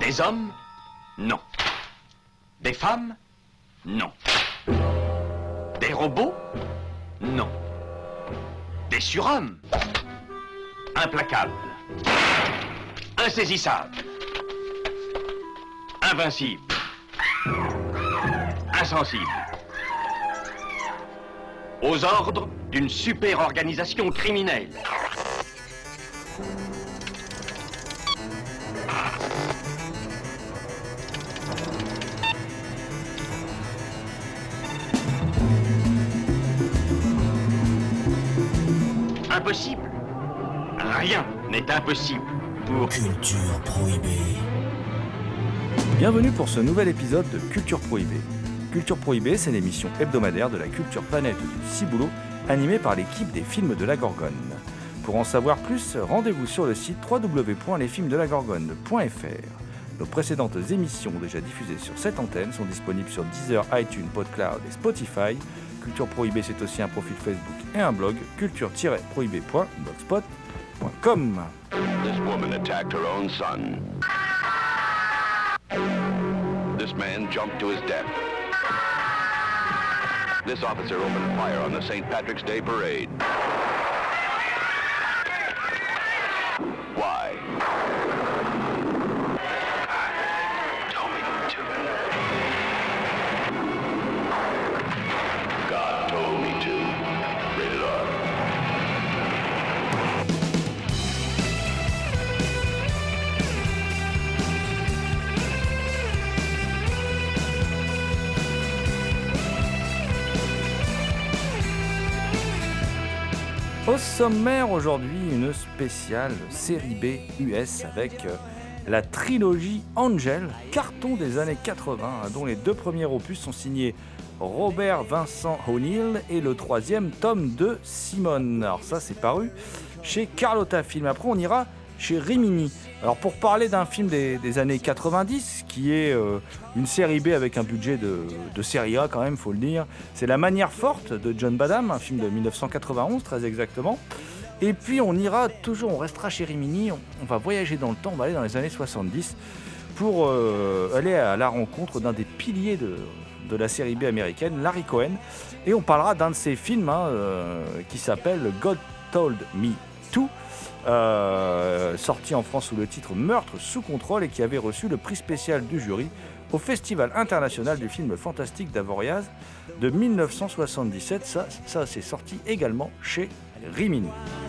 Des hommes? Non. Des femmes? Non. Des robots? Non. Des surhommes? Implacables. Insaisissables. Invincibles. Insensibles. Aux ordres d'une super organisation criminelle. Impossible. Rien n'est impossible pour... Culture Prohibée. Bienvenue pour ce nouvel épisode de Culture Prohibée. Culture Prohibée, c'est l'émission hebdomadaire de la culture planète du Ciboulot, animée par l'équipe des films de la Gorgone. Pour en savoir plus, rendez-vous sur le site www.lesfilmsdelagorgone.fr. Nos précédentes émissions déjà diffusées sur cette antenne sont disponibles sur Deezer, iTunes, PodCloud et Spotify. Culture Prohibée, c'est aussi un profil Facebook et un blog, culture-prohibée.blogspot.com. This woman attacked her own son. This man jumped to his death. This officer opened fire on the St. Patrick's Day parade. Why? Told me to. God told me to. Rated R. Au sommaire aujourd'hui, une spéciale série B US avec la trilogie Angel, carton des années 80, dont les deux premiers opus sont signés Robert Vincent O'Neill et le troisième tome de Simone. Alors ça, c'est paru chez Carlotta Film. Après, on ira chez Rimini. Alors pour parler d'un film des années 90, qui est une série B avec un budget de série A quand même, faut le dire, c'est La Manière Forte de John Badham, un film de 1991 très exactement. Et puis on restera chez Rimini, on va voyager dans le temps, on va aller dans les années 70 pour aller à la rencontre d'un des piliers de la série B américaine, Larry Cohen. Et on parlera d'un de ses films qui s'appelle God Told Me To, sorti en France sous le titre Meurtre sous contrôle et qui avait reçu le prix spécial du jury au Festival international du film fantastique d'Avoriaz de 1977. Ça c'est sorti également chez Rimini.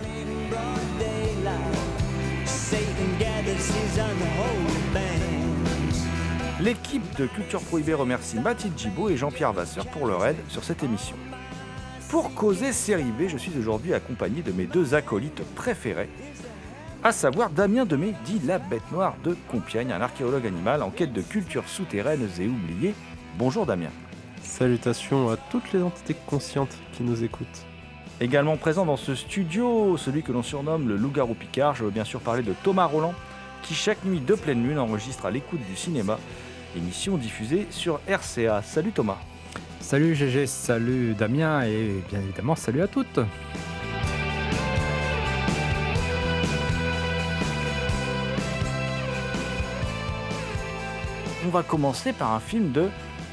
L'équipe de Culture Prohibée remercie Mathilde Gibaud et Jean-Pierre Vasseur pour leur aide sur cette émission. Pour causer série B, je suis aujourd'hui accompagné de mes deux acolytes préférés, à savoir Damien Demey, dit la bête noire de Compiègne, un archéologue animal en quête de cultures souterraines et oubliées. Bonjour Damien. Salutations à toutes les entités conscientes qui nous écoutent. Également présent dans ce studio, celui que l'on surnomme le loup-garou Picard, je veux bien sûr parler de Thomas Roland, qui chaque nuit de pleine lune enregistre à l'écoute du cinéma, émission diffusée sur RCA. Salut Thomas. Salut GG, salut Damien et bien évidemment salut à toutes. On va commencer par un film de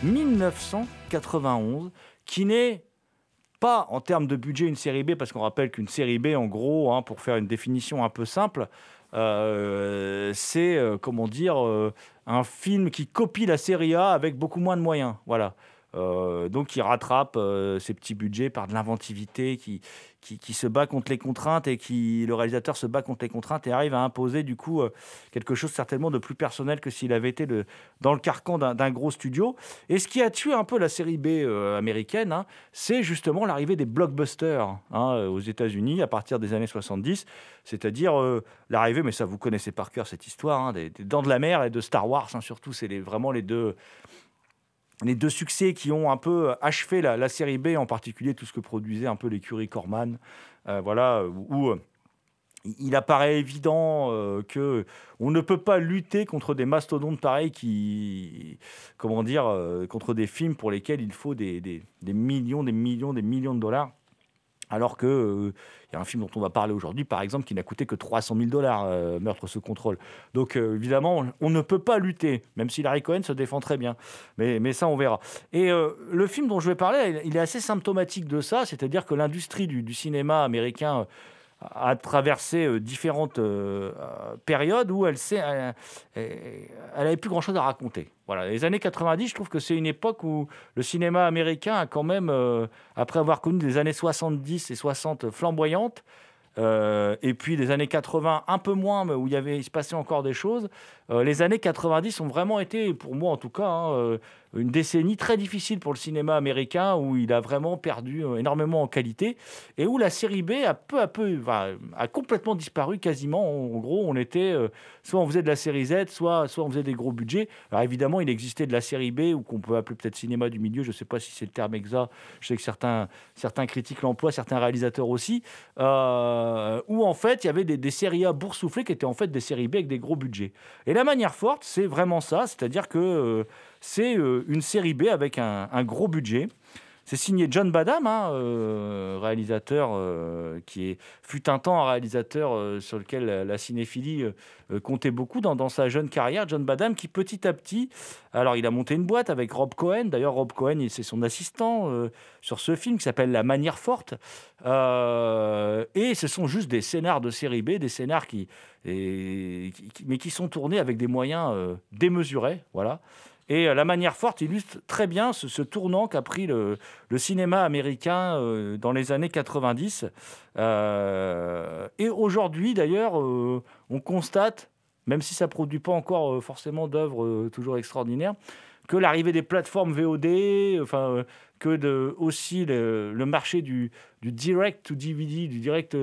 1991 qui n'est pas en termes de budget une série B, parce qu'on rappelle qu'une série B en gros, pour faire une définition un peu simple, c'est un film qui copie la série A avec beaucoup moins de moyens, voilà. Donc il rattrape ses petits budgets par de l'inventivité qui se bat contre les contraintes et le réalisateur se bat contre les contraintes et arrive à imposer du coup quelque chose certainement de plus personnel que s'il avait été dans le carcan d'un gros studio. Et ce qui a tué un peu la série B américaine, c'est justement l'arrivée des blockbusters aux États-Unis à partir des années 70, c'est-à-dire l'arrivée, mais ça vous connaissez par cœur cette histoire, des Dents de la Mer et de Star Wars, surtout, c'est vraiment les deux succès qui ont un peu achevé la série B, en particulier tout ce que produisait un peu l'écurie Corman, où il apparaît évident qu'on ne peut pas lutter contre des mastodontes pareils contre des films pour lesquels il faut des millions de dollars. Alors que y a un film dont on va parler aujourd'hui, par exemple, qui n'a coûté que $300 000, Meurtre sous contrôle. Donc évidemment, on ne peut pas lutter, même si Larry Cohen se défend très bien. Mais ça, on verra. Et le film dont je vais parler, il est assez symptomatique de ça, c'est-à-dire que l'industrie du cinéma américain a traversé différentes périodes où elle avait plus grand-chose à raconter. Voilà, les années 90, je trouve que c'est une époque où le cinéma américain a quand même, après avoir connu des années 70 et 60 flamboyantes, et puis des années 80 un peu moins, mais où il se passait encore des choses, les années 90 ont vraiment été, pour moi en tout cas, une décennie très difficile pour le cinéma américain, où il a vraiment perdu énormément en qualité, et où la série B a peu à peu, a complètement disparu quasiment. En gros, on était, soit on faisait de la série Z, soit on faisait des gros budgets. Alors évidemment, il existait de la série B, ou qu'on peut appeler peut-être cinéma du milieu, je ne sais pas si c'est le terme exact, je sais que certains critiquent l'emploi, certains réalisateurs aussi, où en fait, il y avait des séries A boursouflées qui étaient en fait des séries B avec des gros budgets. Et La Manière forte, c'est vraiment ça, c'est-à-dire que c'est une série B avec un gros budget. C'est signé John Badham, réalisateur qui fut un temps un réalisateur sur lequel la cinéphilie comptait beaucoup dans sa jeune carrière. John Badham qui petit à petit, alors il a monté une boîte avec Rob Cohen. D'ailleurs, Rob Cohen, c'est son assistant sur ce film qui s'appelle La Manière forte. Et ce sont juste des scénars de série B, des scénars mais qui sont tournés avec des moyens démesurés, voilà. Et La Manière forte illustre très bien ce tournant qu'a pris le cinéma américain dans les années 90. Et aujourd'hui, d'ailleurs, on constate, même si ça ne produit pas encore forcément d'œuvres toujours extraordinaires, que l'arrivée des plateformes VOD, aussi le marché du direct to DVD, du direct,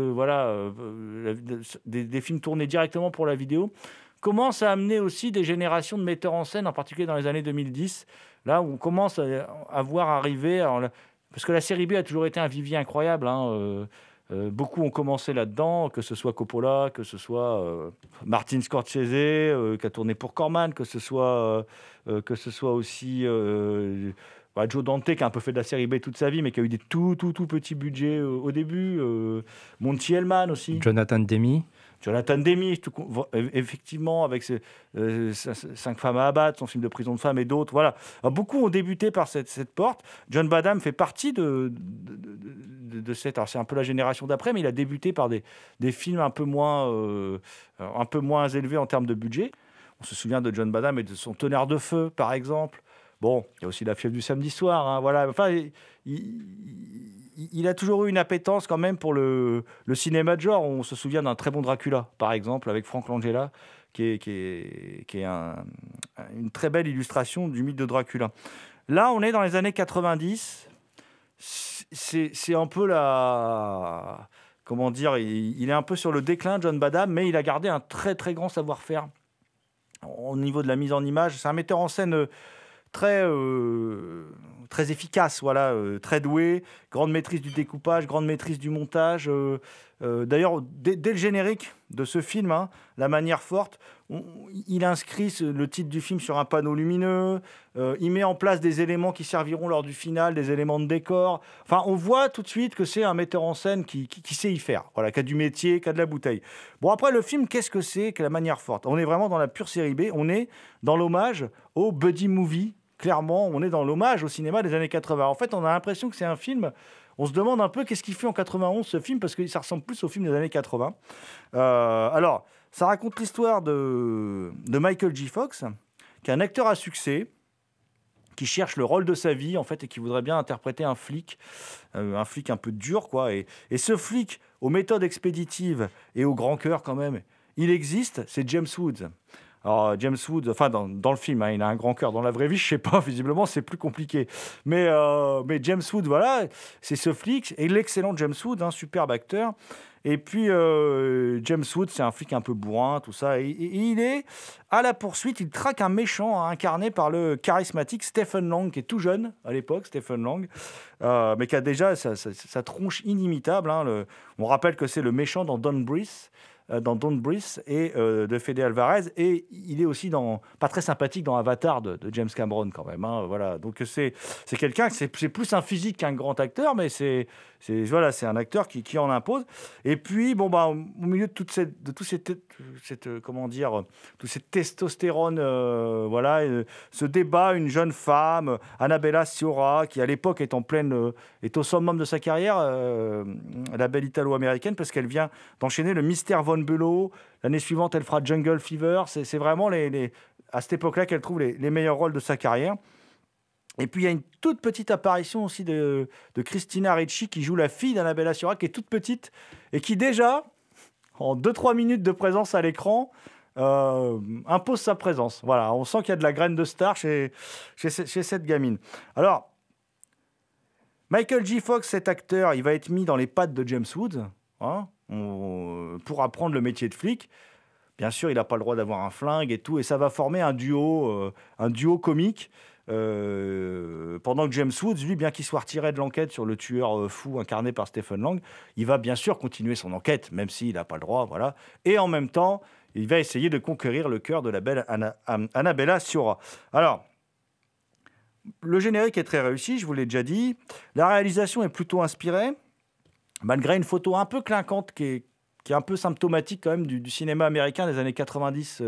des films tournés directement pour la vidéo, commence à amener aussi des générations de metteurs en scène, en particulier dans les années 2010, là où on commence à voir arriver... parce que la série B a toujours été un vivier incroyable, beaucoup ont commencé là-dedans, que ce soit Coppola, que ce soit Martin Scorsese, qui a tourné pour Corman, que ce soit aussi... Joe Dante, qui a un peu fait de la série B toute sa vie, mais qui a eu des tout petits budgets au début. Monty Hellman aussi. Jonathan Demme, effectivement, avec ses 5 femmes à abattre, son film de prison de femmes et d'autres. Voilà. Alors, beaucoup ont débuté par cette porte. John Badham fait partie de cette... Alors, c'est un peu la génération d'après, mais il a débuté par des films un peu moins élevés en termes de budget. On se souvient de John Badham et de son Tonnerre de feu, par exemple. Bon, il y a aussi La fièvre du samedi soir. Voilà. Enfin, il a toujours eu une appétence quand même pour le cinéma de genre. On se souvient d'un très bon Dracula, par exemple, avec Frank Langella, qui est une très belle illustration du mythe de Dracula. Là, on est dans les années 90. C'est un peu la... Comment dire, il est un peu sur le déclin, John Badham, mais il a gardé un très, très grand savoir-faire au niveau de la mise en image. C'est un metteur en scène... très efficace, voilà, très doué, grande maîtrise du découpage, grande maîtrise du montage. D'ailleurs, dès le générique de ce film, La Manière forte, il inscrit le titre du film sur un panneau lumineux, il met en place des éléments qui serviront lors du final, des éléments de décor. Enfin, on voit tout de suite que c'est un metteur en scène qui sait y faire, voilà, qui a du métier, qui a de la bouteille. Bon, après, le film, qu'est-ce que c'est que La Manière forte ? On est vraiment dans la pure série B, on est dans l'hommage au buddy movie. Clairement, on est dans l'hommage au cinéma des années 80. En fait, on a l'impression que c'est un film... On se demande un peu qu'est-ce qu'il fait en 91, ce film, parce que ça ressemble plus au film des années 80. Alors, ça raconte l'histoire de Michael J. Fox, qui est un acteur à succès, qui cherche le rôle de sa vie, en fait, et qui voudrait bien interpréter un flic un peu dur, quoi. Et ce flic, aux méthodes expéditives et au grand cœur, quand même, il existe, c'est James Woods. Alors, James Woods, enfin, dans le film, il a un grand cœur. Dans la vraie vie, je ne sais pas, visiblement, c'est plus compliqué. Mais James Woods, voilà, c'est ce flic, et l'excellent James Woods, un superbe acteur. Et puis, James Woods, c'est un flic un peu bourrin, tout ça. Et il est à la poursuite, il traque un méchant incarné par le charismatique Stephen Lang, qui est tout jeune à l'époque, Stephen Lang, mais qui a déjà sa tronche inimitable. On rappelle que c'est le méchant dans Don't Breathe. dans Don't Breathe et de Fede Alvarez, et il est aussi pas très sympathique dans Avatar de James Cameron quand même. Hein, voilà. Donc c'est quelqu'un, c'est plus un physique qu'un grand acteur, mais c'est un acteur qui en impose. Et puis au milieu de toute cette testostérone, ce débat, une jeune femme, Annabella Sciorra, qui à l'époque est au summum de sa carrière, la belle italo-américaine, parce qu'elle vient d'enchaîner le Mystère Von Bülow. L'année suivante, elle fera Jungle Fever. C'est vraiment à cette époque-là qu'elle trouve les meilleurs rôles de sa carrière. Et puis, il y a une toute petite apparition aussi de Christina Ricci, qui joue la fille d'Annabella Sciorra, qui est toute petite, et qui déjà, en 2-3 minutes de présence à l'écran, impose sa présence. Voilà, on sent qu'il y a de la graine de star chez cette gamine. Alors, Michael J. Fox, cet acteur, il va être mis dans les pattes de James Woods, pour apprendre le métier de flic. Bien sûr, il n'a pas le droit d'avoir un flingue et tout, et ça va former un duo comique. Pendant que James Woods, lui, bien qu'il soit retiré de l'enquête sur le tueur fou incarné par Stephen Lang, il va bien sûr continuer son enquête, même s'il n'a pas le droit, voilà. Et en même temps, il va essayer de conquérir le cœur de la belle Annabella Sciorra. Alors, le générique est très réussi, je vous l'ai déjà dit. La réalisation est plutôt inspirée, malgré une photo un peu clinquante qui est un peu symptomatique quand même du cinéma américain des années 90.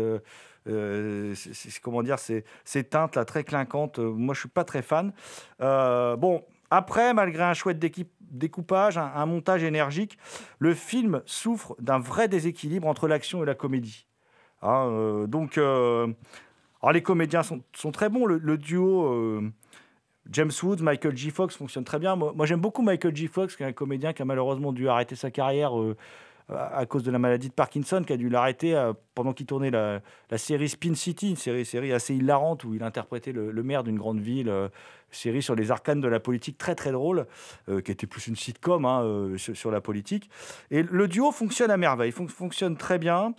Ces teintes là très clinquantes, moi je suis pas très fan. Après, malgré un chouette découpage, un montage énergique, le film souffre d'un vrai déséquilibre entre l'action et la comédie. Alors les comédiens sont très bons, le duo James Woods, Michael J. Fox fonctionne très bien. Moi j'aime beaucoup Michael J. Fox, qui est un comédien qui a malheureusement dû arrêter sa carrière à cause de la maladie de Parkinson, qui a dû l'arrêter pendant qu'il tournait la série Spin City, une série assez hilarante où il interprétait le maire d'une grande ville, série sur les arcanes de la politique très très drôle, qui était plus une sitcom sur la politique. Et le duo fonctionne à merveille, fonctionne très bien,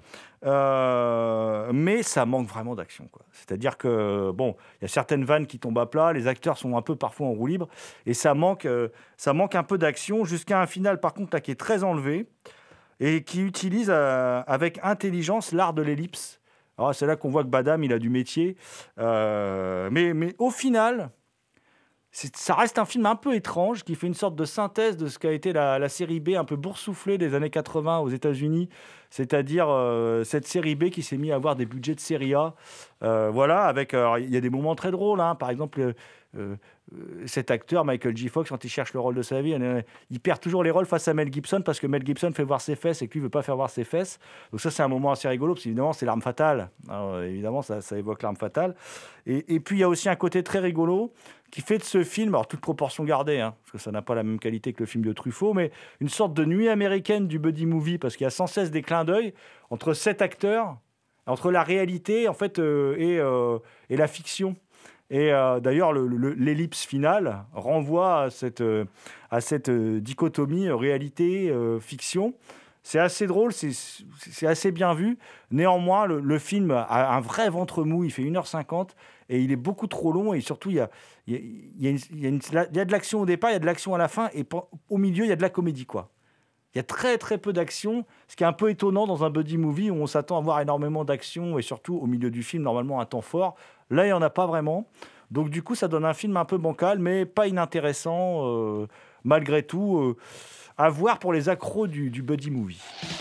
mais ça manque vraiment d'action, quoi. C'est-à-dire que il y a certaines vannes qui tombent à plat, les acteurs sont un peu parfois en roue libre, et ça manque un peu d'action, jusqu'à un final par contre là, qui est très enlevé, et qui utilise avec intelligence l'art de l'ellipse. Alors, c'est là qu'on voit que Badam, il a du métier. Mais au final, ça reste un film un peu étrange, qui fait une sorte de synthèse de ce qu'a été la série B un peu boursouflée des années 80 aux États-Unis, c'est-à-dire cette série B qui s'est mise à avoir des budgets de série A. Il y a des moments très drôles, hein. Par exemple, cet acteur, Michael J. Fox, quand il cherche le rôle de sa vie, il perd toujours les rôles face à Mel Gibson, parce que Mel Gibson fait voir ses fesses et que lui ne veut pas faire voir ses fesses. Donc ça, c'est un moment assez rigolo, parce qu'évidemment, c'est l'arme fatale. Alors, évidemment, ça évoque l'arme fatale. Et puis, il y a aussi un côté très rigolo qui fait de ce film, alors toute proportion gardée, hein, parce que ça n'a pas la même qualité que le film de Truffaut, mais une sorte de nuit américaine du buddy movie, parce qu'il y a sans cesse des clins d'œil entre cet acteur, entre la réalité en fait, et la fiction. Et d'ailleurs, l'ellipse finale renvoie à cette dichotomie réalité-fiction. C'est assez drôle, c'est assez bien vu. Néanmoins, le film a un vrai ventre mou, il fait 1h50 et il est beaucoup trop long. Et surtout, il y a de l'action au départ, il y a de l'action à la fin, et au milieu, il y a de la comédie, quoi. Il y a très très peu d'action, ce qui est un peu étonnant dans un buddy movie où on s'attend à voir énormément d'action, et surtout au milieu du film, normalement un temps fort. Là, il n'y en a pas vraiment. Donc du coup, ça donne un film un peu bancal, mais pas inintéressant malgré tout. À voir pour les accros du buddy movie.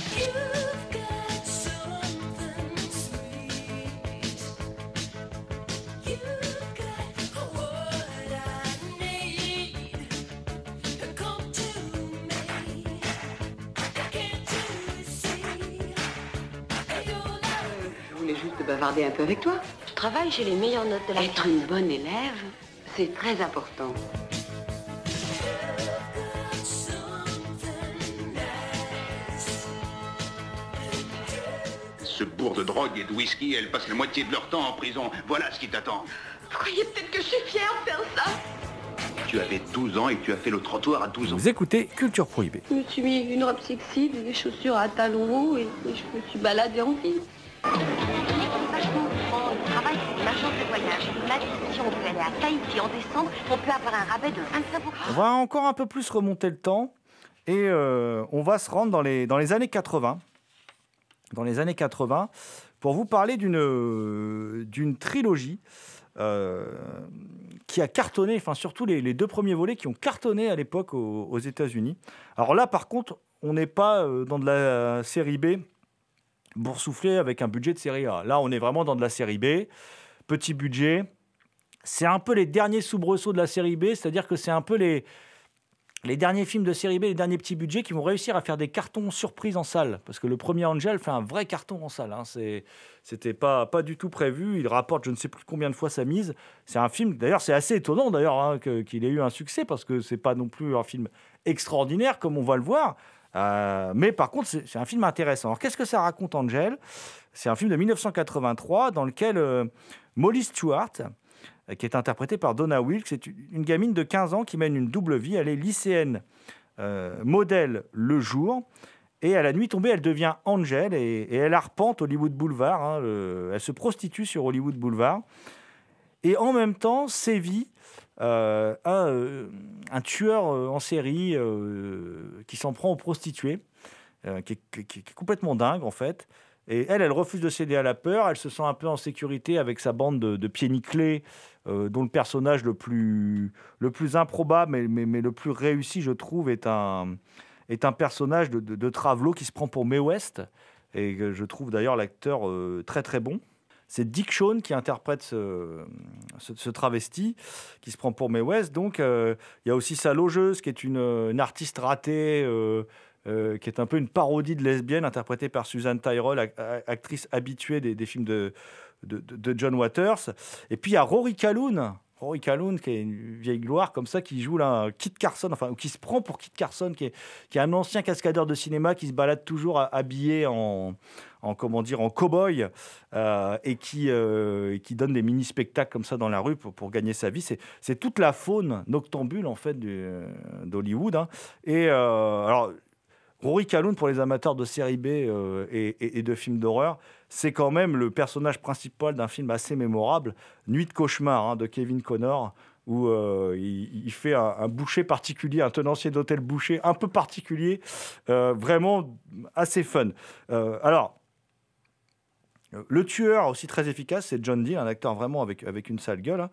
Je voulais juste bavarder un peu avec toi. Je travaille, j'ai les meilleures notes de la Être une bonne élève, c'est très important. Ce bourg de drogue et de whisky, elles passent la moitié de leur temps en prison. Voilà ce qui t'attend. Vous croyez peut-être que je suis fière de faire ça? Tu avais 12 ans et tu as fait le trottoir à 12 ans. Vous écoutez Culture Prohibée. Je me suis mis une robe sexy, des chaussures à talons hauts et je me suis baladée en ville. Vachement grand, on travaille pour une agence de voyage. Il m'a dit que si on veut aller à Tahiti en décembre, on peut avoir un rabais de 25%. On va encore un peu plus remonter le temps et on va se rendre dans les années 80. dans les années 80 pour vous parler d'une trilogie qui a cartonné, enfin surtout les 2 premiers volets qui ont cartonné à l'époque aux États-Unis. Alors là, par contre, on n'est pas dans de la série B boursouflée avec un budget de série A. Là, on est vraiment dans de la série B, petit budget. C'est un peu les derniers soubresauts de la série B, c'est-à-dire que c'est un peu les derniers films de série B, les derniers petits budgets qui vont réussir à faire des cartons surprises en salle. Parce que le premier Angel fait un vrai carton en salle. C'était pas du tout prévu. Il rapporte je ne sais plus combien de fois sa mise. C'est un film, d'ailleurs, c'est assez étonnant d'ailleurs qu'il ait eu un succès parce que c'est pas non plus un film extraordinaire comme on va le voir. Mais par contre, c'est un film intéressant. Alors, qu'est-ce que ça raconte, Angel ? C'est un film de 1983 dans lequel Molly Stewart, qui est interprétée par Donna Wilkes, c'est une gamine de 15 ans qui mène une double vie. Elle est lycéenne, modèle le jour, et à la nuit tombée, elle devient Angel, et elle arpente Hollywood Boulevard. Elle se prostitue sur Hollywood Boulevard. Et en même temps, sévit un tueur en série qui s'en prend aux prostituées, qui est complètement dingue, en fait. Et elle refuse de céder à la peur. Elle se sent un peu en sécurité avec sa bande de pieds nickelés, dont le personnage le plus improbable, mais le plus réussi, je trouve, est un personnage de Travelo qui se prend pour Mae West, et que je trouve d'ailleurs l'acteur très très bon. C'est Dick Shawn qui interprète ce travesti qui se prend pour Mae West. Donc, il y a aussi sa logeuse qui est une artiste ratée, qui est un peu une parodie de lesbienne, interprétée par Susan Tyrrell, actrice habituée des films de John Waters. Et puis, il y a Rory Calhoun, qui est une vieille gloire comme ça, qui joue là Kit Carson, ou qui se prend pour Kit Carson, qui est un ancien cascadeur de cinéma qui se balade toujours habillé en cow-boy, et qui donne des mini-spectacles comme ça dans la rue pour gagner sa vie. C'est toute la faune noctambule, en fait, d'Hollywood. Et alors, Rory Calhoun, pour les amateurs de série B et de films d'horreur, c'est quand même le personnage principal d'un film assez mémorable, Nuit de cauchemar, de Kevin Connor, où il fait un boucher particulier, un tenancier d'hôtel boucher un peu particulier, vraiment assez fun. Alors, le tueur aussi très efficace, c'est John Dee, un acteur vraiment avec une sale gueule.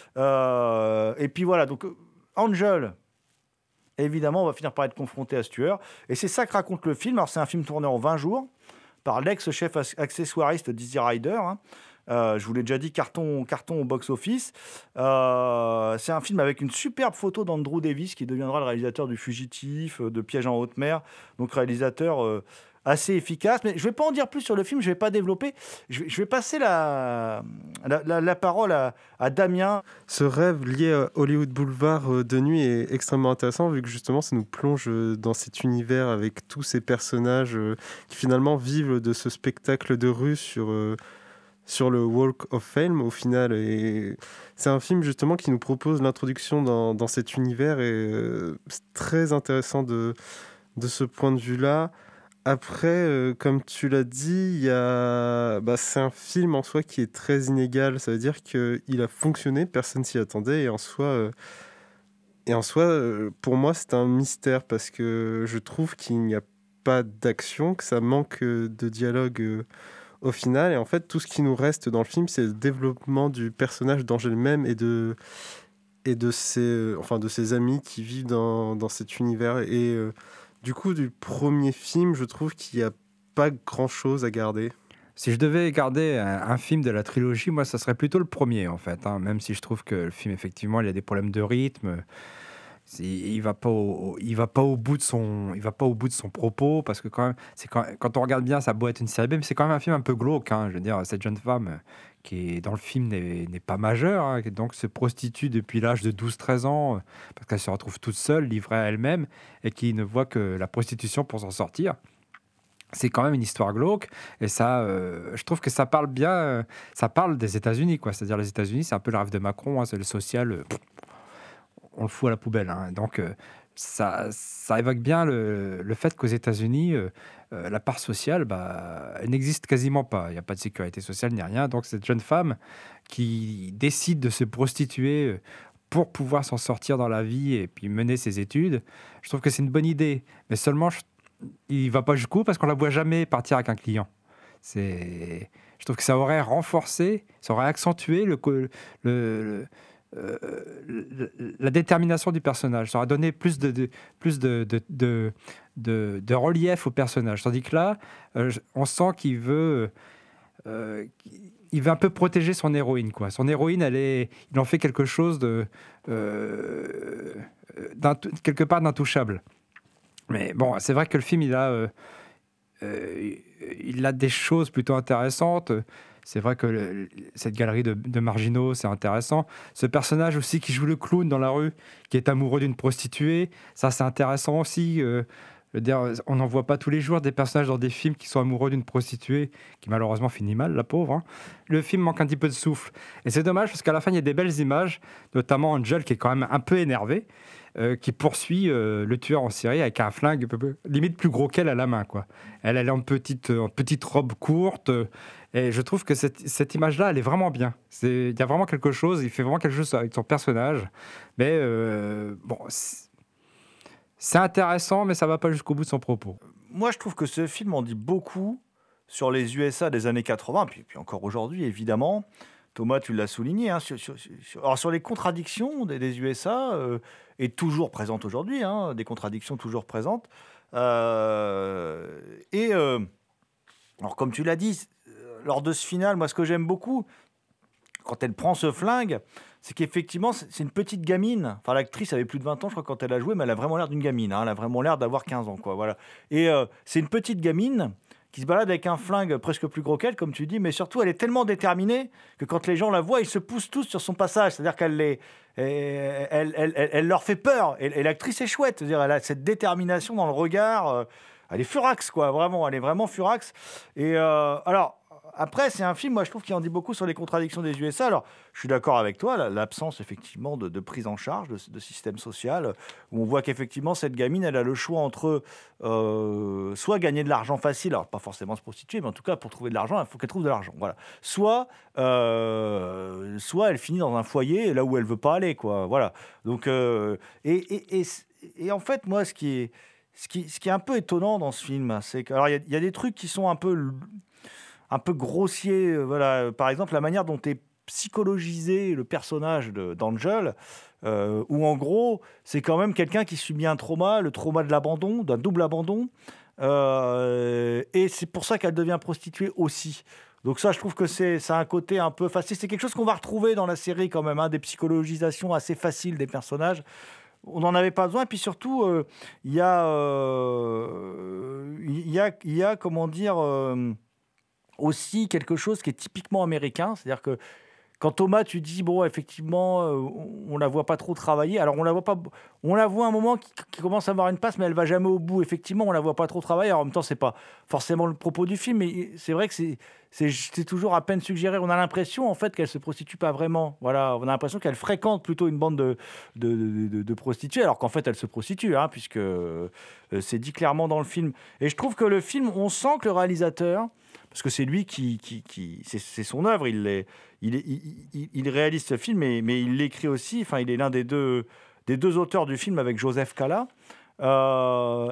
Et puis voilà, donc Angel, évidemment, on va finir par être confronté à ce tueur. Et c'est ça que raconte le film. Alors, c'est un film tourné en 20 jours par l'ex-chef accessoiriste Dizzy Rider. Je vous l'ai déjà dit, carton au box-office. C'est un film avec une superbe photo d'Andrew Davis, qui deviendra le réalisateur du Fugitif, de Piège en haute mer. Donc, réalisateur assez efficace. Mais je ne vais pas en dire plus sur le film, je ne vais pas développer. Je vais passer la parole à Damien. Ce rêve lié à Hollywood Boulevard de nuit est extrêmement intéressant, vu que justement ça nous plonge dans cet univers avec tous ces personnages qui finalement vivent de ce spectacle de rue sur le Walk of Fame au final. Et c'est un film justement qui nous propose l'introduction dans cet univers, et c'est très intéressant de ce point de vue-là. Après, comme tu l'as dit, c'est un film en soi qui est très inégal. Ça veut dire qu'il a fonctionné, personne s'y attendait. Et en soi, pour moi, c'est un mystère parce que je trouve qu'il n'y a pas d'action, que ça manque de dialogue au final. Et en fait, tout ce qui nous reste dans le film, c'est le développement du personnage d'Angel même et de ses amis qui vivent dans cet univers. Et du coup, du premier film, je trouve qu'il n'y a pas grand-chose à garder. Si je devais garder un film de la trilogie, moi, ça serait plutôt le premier, en fait. Même si je trouve que le film, effectivement, il y a des problèmes de rythme. Il va pas au bout de son propos, parce que quand on regarde bien, ça a beau être une série B, mais c'est quand même un film un peu glauque. Je veux dire, cette jeune femme qui est dans le film n'est pas majeure, qui donc se prostitue depuis l'âge de 12-13 ans, parce qu'elle se retrouve toute seule, livrée à elle-même, et qui ne voit que la prostitution pour s'en sortir. C'est quand même une histoire glauque, et ça, je trouve que ça parle bien, ça parle des États-Unis, quoi. C'est-à-dire, les États-Unis, c'est un peu le rêve de Macron, c'est le social, on le fout à la poubelle. Donc, ça évoque bien le fait qu'aux États-Unis, la part sociale, elle n'existe quasiment pas. Il n'y a pas de sécurité sociale ni rien. Donc, cette jeune femme qui décide de se prostituer pour pouvoir s'en sortir dans la vie et puis mener ses études, je trouve que c'est une bonne idée. Mais seulement, il ne va pas jusqu'au bout parce qu'on ne la voit jamais partir avec un client. Je trouve que ça aurait renforcé, ça aurait accentué la détermination du personnage. Ça aurait donné plus de relief au personnage. Tandis que là, on sent qu'il veut un peu protéger son héroïne, quoi. Son héroïne, il en fait quelque chose quelque part d'intouchable. Mais bon, c'est vrai que le film, il a des choses plutôt intéressantes. C'est vrai que cette galerie de marginaux, c'est intéressant. Ce personnage aussi qui joue le clown dans la rue, qui est amoureux d'une prostituée, ça c'est intéressant aussi. On n'en voit pas tous les jours des personnages dans des films qui sont amoureux d'une prostituée, qui malheureusement finit mal, la pauvre. Hein. Le film manque un petit peu de souffle. Et c'est dommage parce qu'à la fin, il y a des belles images, notamment Angel qui est quand même un peu énervé, qui poursuit le tueur en série avec un flingue limite plus gros qu'elle à la main, quoi. Elle est en petite robe courte. Et je trouve que cette image-là, elle est vraiment bien. Il y a vraiment quelque chose, il fait vraiment quelque chose avec son personnage. Mais bon, c'est intéressant, mais ça ne va pas jusqu'au bout de son propos. Moi, je trouve que ce film en dit beaucoup sur les USA des années 80, puis encore aujourd'hui, évidemment. Thomas, tu l'as souligné. Hein, sur les contradictions des USA, et toujours présentes aujourd'hui, hein, des contradictions toujours présentes. Alors, comme tu l'as dit, lors de ce final, moi, ce que j'aime beaucoup, quand elle prend ce flingue, c'est qu'effectivement, c'est une petite gamine. Enfin, l'actrice avait plus de 20 ans, je crois, quand elle a joué, mais elle a vraiment l'air d'une gamine. Hein, elle a vraiment l'air d'avoir 15 ans, quoi. Voilà. Et c'est une petite gamine qui se balade avec un flingue presque plus gros qu'elle, comme tu dis, mais surtout, elle est tellement déterminée que quand les gens la voient, ils se poussent tous sur son passage. C'est-à-dire elle leur fait peur. Et l'actrice est chouette. C'est-à-dire, elle a cette détermination dans le regard. Elle est furax, quoi, vraiment. Elle est vraiment furax. Et alors... Après, c'est un film, moi, je trouve, qui en dit beaucoup sur les contradictions des USA. Alors, je suis d'accord avec toi, l'absence, effectivement, de prise en charge de système social, où on voit qu'effectivement, cette gamine, elle a le choix entre soit gagner de l'argent facile, alors pas forcément se prostituer, mais en tout cas, pour trouver de l'argent, il faut qu'elle trouve de l'argent. Voilà. Soit elle finit dans un foyer, là où elle ne veut pas aller, quoi. Voilà. Donc, et en fait, moi, ce qui est un peu étonnant dans ce film, c'est que, alors, il y a des trucs qui sont un peu grossier, voilà. Par exemple, la manière dont est psychologisé le personnage d'Angel, où en gros, c'est quand même quelqu'un qui subit un trauma, le trauma de l'abandon, d'un double abandon, et c'est pour ça qu'elle devient prostituée aussi. Donc ça, je trouve que ça a un côté un peu facile. C'est quelque chose qu'on va retrouver dans la série quand même, hein, des psychologisations assez faciles des personnages. On n'en avait pas besoin. Et puis surtout, il y a, comment dire... aussi quelque chose qui est typiquement américain, c'est-à-dire que quand Thomas, tu dis, bon, effectivement, on la voit pas trop travailler, alors on la voit un moment qui commence à avoir une passe, mais elle va jamais au bout, effectivement, on la voit pas trop travailler, alors en même temps, c'est pas forcément le propos du film, mais c'est vrai que c'est toujours à peine suggéré, on a l'impression, en fait, qu'elle se prostitue pas vraiment, voilà, on a l'impression qu'elle fréquente plutôt une bande de prostituées, alors qu'en fait, elle se prostitue, hein, puisque c'est dit clairement dans le film, et je trouve que le film, on sent que le réalisateur, parce que c'est lui c'est son œuvre, il réalise ce film, mais il l'écrit aussi. Enfin, il est l'un des deux auteurs du film avec Joseph Cala. On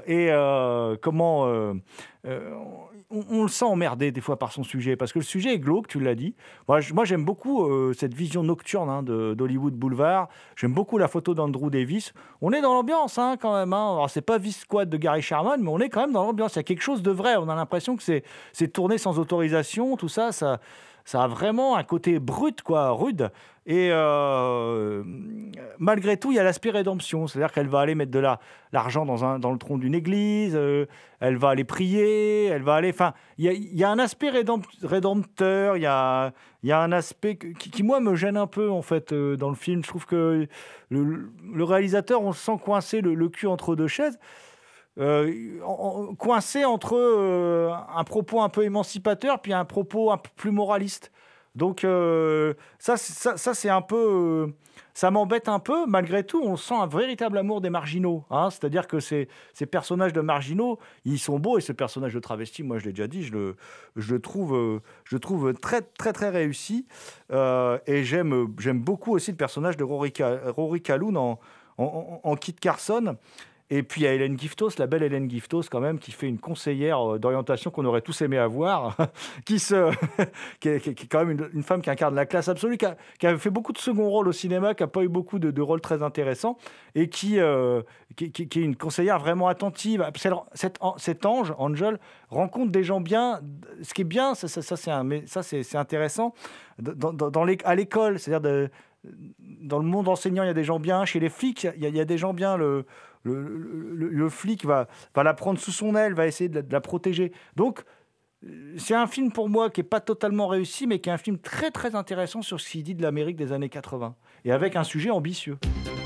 le sent emmerdé des fois par son sujet, parce que le sujet est glauque, tu l'as dit. Moi j'aime beaucoup cette vision nocturne, hein, d'Hollywood Boulevard. J'aime beaucoup la photo d'Andrew Davis. On est dans l'ambiance, hein, quand même. Hein. Alors c'est pas Vice Squad de Gary Sherman, mais on est quand même dans l'ambiance. Il y a quelque chose de vrai. On a l'impression que c'est tourné sans autorisation. Tout ça a vraiment un côté brut, quoi, rude. Et malgré tout, il y a l'aspect rédemption. C'est-à-dire qu'elle va aller mettre de l'argent dans le tronc d'une église, elle va aller prier, elle va aller... Enfin, il y a un aspect rédempteur, il y a un aspect qui, moi, me gêne un peu, en fait, dans le film. Je trouve que le réalisateur, on le sent coincé le cul entre deux chaises. Coincé entre un propos un peu émancipateur puis un propos un peu plus moraliste. Donc ça c'est un peu... ça m'embête un peu. Malgré tout, on sent un véritable amour des marginaux. Hein. C'est-à-dire que ces personnages de marginaux, ils sont beaux. Et ce personnage de travesti, moi je l'ai déjà dit, je le trouve très, très, très réussi. Et j'aime beaucoup aussi le personnage de Rory Calhoun en Kit Carson. Et puis il y a Hélène Giftos, la belle Hélène Giftos quand même, qui fait une conseillère d'orientation qu'on aurait tous aimé avoir, qui est quand même une femme qui incarne la classe absolue, qui a fait beaucoup de second rôles au cinéma, qui n'a pas eu beaucoup de rôles très intéressants, et qui est une conseillère vraiment attentive. Cet ange, Angel, rencontre des gens bien. Ce qui est bien, c'est intéressant, à l'école, c'est-à-dire dans le monde enseignant, il y a des gens bien. Chez les flics, il y a des gens bien. Le flic va la prendre sous son aile, va essayer de la protéger. Donc, c'est un film pour moi qui n'est pas totalement réussi, mais qui est un film très très intéressant sur ce qu'il dit de l'Amérique des années 80, et avec un sujet ambitieux.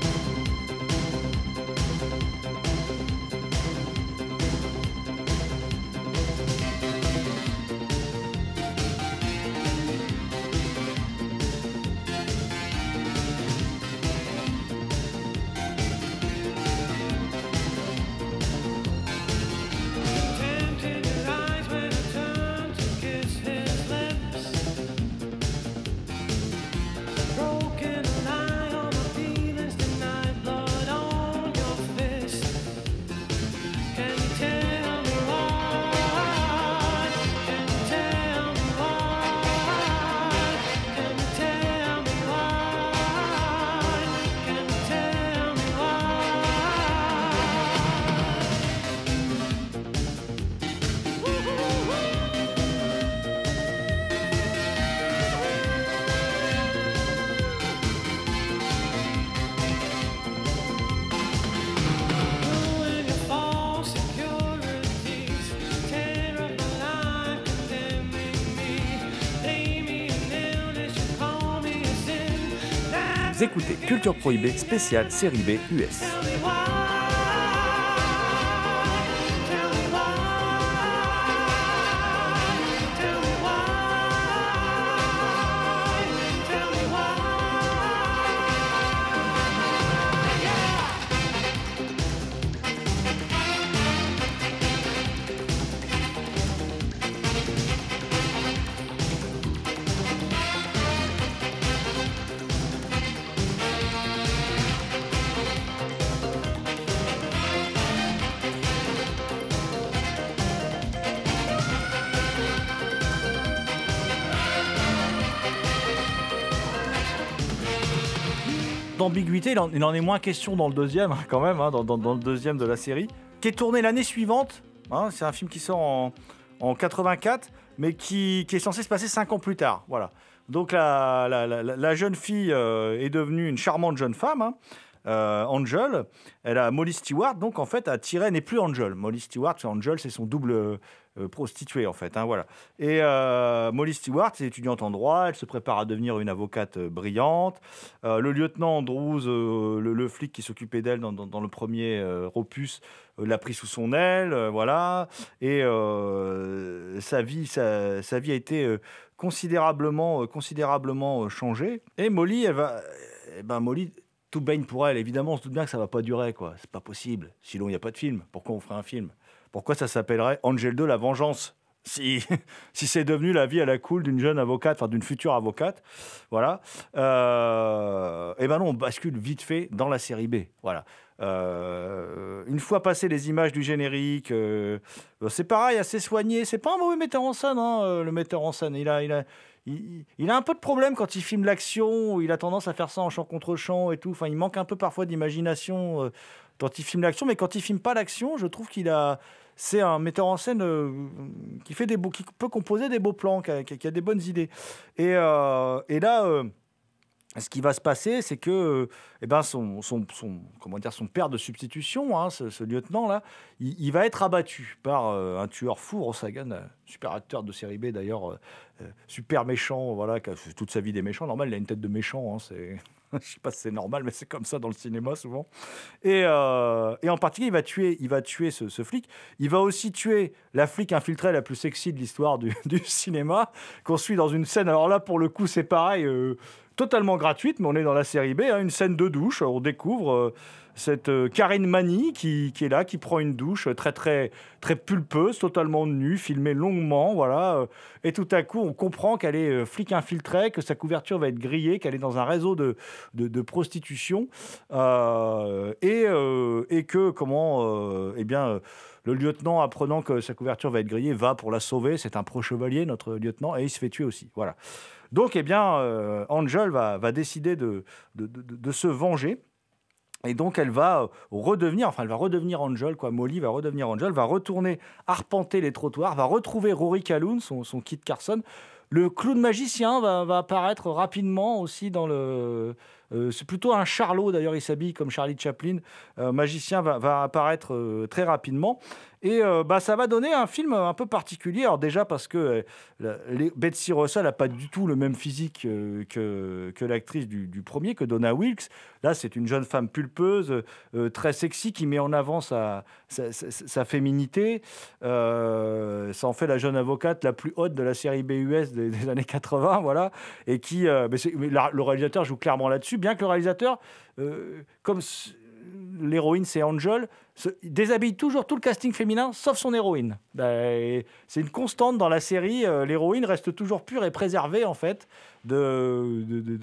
Vous écoutez Culture Prohibée spéciale série B US. D'ambiguïté, il en est moins question dans le deuxième, quand même, dans le deuxième de la série, qui est tourné l'année suivante. C'est un film qui sort en 84, mais qui est censé se passer 5 ans plus tard. Voilà. Donc la jeune fille est devenue une charmante jeune femme, Angel. Elle a Molly Stewart, donc en fait, Tyray n'est plus Angel. Molly Stewart, Angel, c'est son double prostituée, en fait. Voilà. Et Molly Stewart, c'est étudiante en droit, elle se prépare à devenir une avocate brillante. Le lieutenant Andrews, le flic qui s'occupait d'elle dans le premier opus, l'a pris sous son aile, voilà. Et sa vie a été considérablement changée. Et Molly, Molly, tout baigne pour elle. Évidemment, on se doute bien que ça ne va pas durer, quoi. C'est pas possible. Sinon, il n'y a pas de film. Pourquoi on ferait un film ? Pourquoi ça s'appellerait Angel 2, la vengeance ? Si c'est devenu la vie à la cool d'une jeune avocate, enfin d'une future avocate, voilà. Et non, on bascule vite fait dans la série B, voilà. Une fois passées les images du générique, c'est pareil, assez soigné. C'est pas un mauvais metteur en scène, le metteur en scène. Il a un peu de problème quand il filme l'action. Il a tendance à faire ça en champ contre champ et tout. Enfin, il manque un peu parfois d'imagination quand il filme l'action, mais quand il filme pas l'action, je trouve c'est un metteur en scène qui peut composer des beaux plans, qui a des bonnes idées. Et là, ce qui va se passer, c'est que son père de substitution, ce lieutenant-là, il va être abattu par un tueur fou, Ross Hagen, super acteur de série B d'ailleurs, super méchant, voilà, qui a fait toute sa vie des méchants. Normal, il a une tête de méchant, je ne sais pas si c'est normal, mais c'est comme ça dans le cinéma souvent. Et en particulier, il va tuer ce flic. Il va aussi tuer la flic infiltrée la plus sexy de l'histoire du cinéma, qu'on suit dans une scène. Alors là, pour le coup, c'est pareil. totalement gratuite, mais on est dans la série B, une scène de douche. On découvre cette Karine Mani qui est là, qui prend une douche très, très, très pulpeuse, totalement nue, filmée longuement, voilà. Et tout à coup, on comprend qu'elle est flic infiltrée, que sa couverture va être grillée, qu'elle est dans un réseau de prostitution, et que, le lieutenant, apprenant que sa couverture va être grillée, va pour la sauver. C'est un pro-chevalier, notre lieutenant, et il se fait tuer aussi, voilà. Donc, Angel va décider de se venger. Et donc, elle va redevenir Angel, quoi. Molly va redevenir Angel, va retourner arpenter les trottoirs, va retrouver Rory Calhoun, son Kit Carson. Le clown magicien va apparaître rapidement aussi dans le... c'est plutôt un charlot, d'ailleurs, il s'habille comme Charlie Chaplin. Magicien va apparaître très rapidement. Et ça va donner un film un peu particulier. Alors déjà parce que Betsy Russell n'a pas du tout le même physique que l'actrice du premier, que Donna Wilkes. Là, c'est une jeune femme pulpeuse, très sexy, qui met en avant sa féminité. Ça en fait la jeune avocate la plus haute de la série BUS des années 80, voilà. Et qui, le réalisateur joue clairement là-dessus, bien que le réalisateur, comme l'héroïne c'est Angel, déshabille toujours tout le casting féminin sauf son héroïne. C'est une constante dans la série. L'héroïne reste toujours pure et préservée en fait de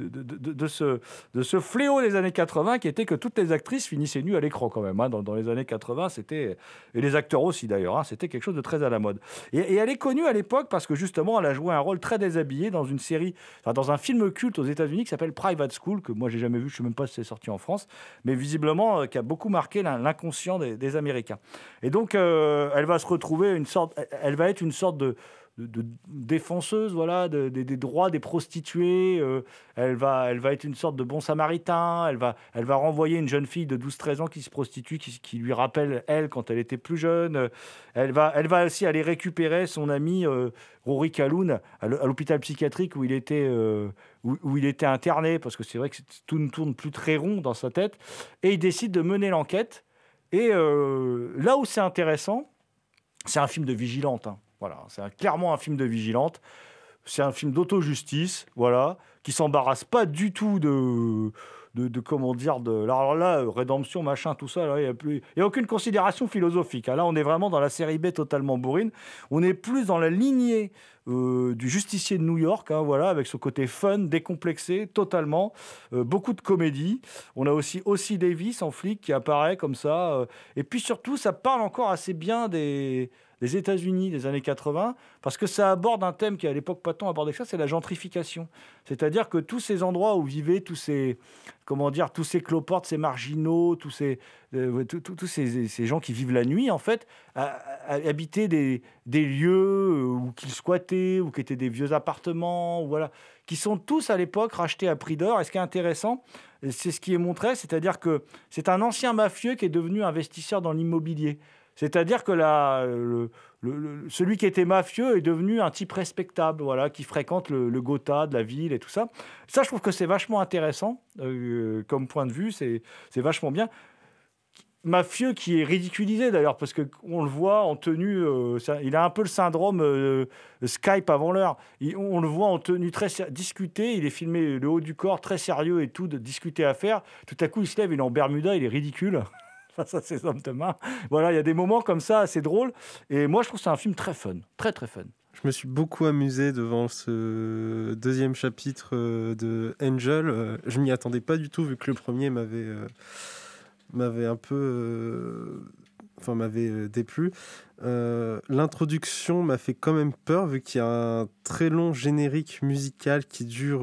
ce fléau des années 80 qui était que toutes les actrices finissaient nues à l'écran quand même. Dans les années 80, c'était, et les acteurs aussi d'ailleurs, c'était quelque chose de très à la mode. Et elle est connue à l'époque parce que justement elle a joué un rôle très déshabillé dans une série, dans un film culte aux États-Unis qui s'appelle Private School, que moi j'ai jamais vu, je sais même pas si c'est sorti en France, mais visiblement qui a beaucoup marqué l'inconscient des Américains. Et donc elle va se retrouver elle va être une sorte de défenseuse, voilà, des droits des prostituées. Elle va être une sorte de bon samaritain. Elle va renvoyer une jeune fille de 12-13 ans qui se prostitue, qui lui rappelle elle quand elle était plus jeune. Elle va aussi aller récupérer son ami Rory Calhoun à l'hôpital psychiatrique où il était interné, parce que c'est vrai que tout ne tourne plus très rond dans sa tête. Et il décide de mener l'enquête. Et là où c'est intéressant, c'est un film de vigilante. Voilà, c'est clairement un film de vigilante. C'est un film d'auto-justice, voilà, qui s'embarrasse pas du tout alors là, rédemption, machin, tout ça, là, il y a aucune considération philosophique. Là, on est vraiment dans la série B totalement bourrine. On est plus dans la lignée du justicier de New York, voilà, avec ce côté fun, décomplexé, totalement. Beaucoup de comédie. On a aussi Davis en flic qui apparaît comme ça. Et puis surtout, ça parle encore assez bien des États-Unis des années 80, parce que ça aborde un thème qui à l'époque pas tant abordé que ça, c'est la gentrification. C'est-à-dire que tous ces endroits où vivaient tous ces cloportes, ces marginaux, tous ces gens qui vivent la nuit, en fait, habitaient des lieux où qu'ils squattaient, ou qui étaient des vieux appartements, voilà, qui sont tous à l'époque rachetés à prix d'or. Et ce qui est intéressant, c'est ce qui est montré, c'est-à-dire que c'est un ancien mafieux qui est devenu investisseur dans l'immobilier. C'est-à-dire que celui qui était mafieux est devenu un type respectable, voilà, qui fréquente le Gotha de la ville et tout ça. Ça, je trouve que c'est vachement intéressant comme point de vue, c'est vachement bien. Mafieux qui est ridiculisé d'ailleurs, parce qu'on le voit en tenue, il a un peu le syndrome Skype avant l'heure. On le voit en tenue très discuter, il est filmé le haut du corps, très sérieux et tout, de discuter à faire. Tout à coup, il se lève, il est en Bermuda, il est ridicule. Face à ces hommes de main. Voilà, il y a des moments comme ça assez drôles. Et moi, je trouve que c'est un film très fun, très très fun. Je me suis beaucoup amusé devant ce deuxième chapitre de Angel. Je m'y attendais pas du tout, vu que le premier m'avait un peu... m'avait déplu. L'introduction m'a fait quand même peur, vu qu'il y a un très long générique musical qui dure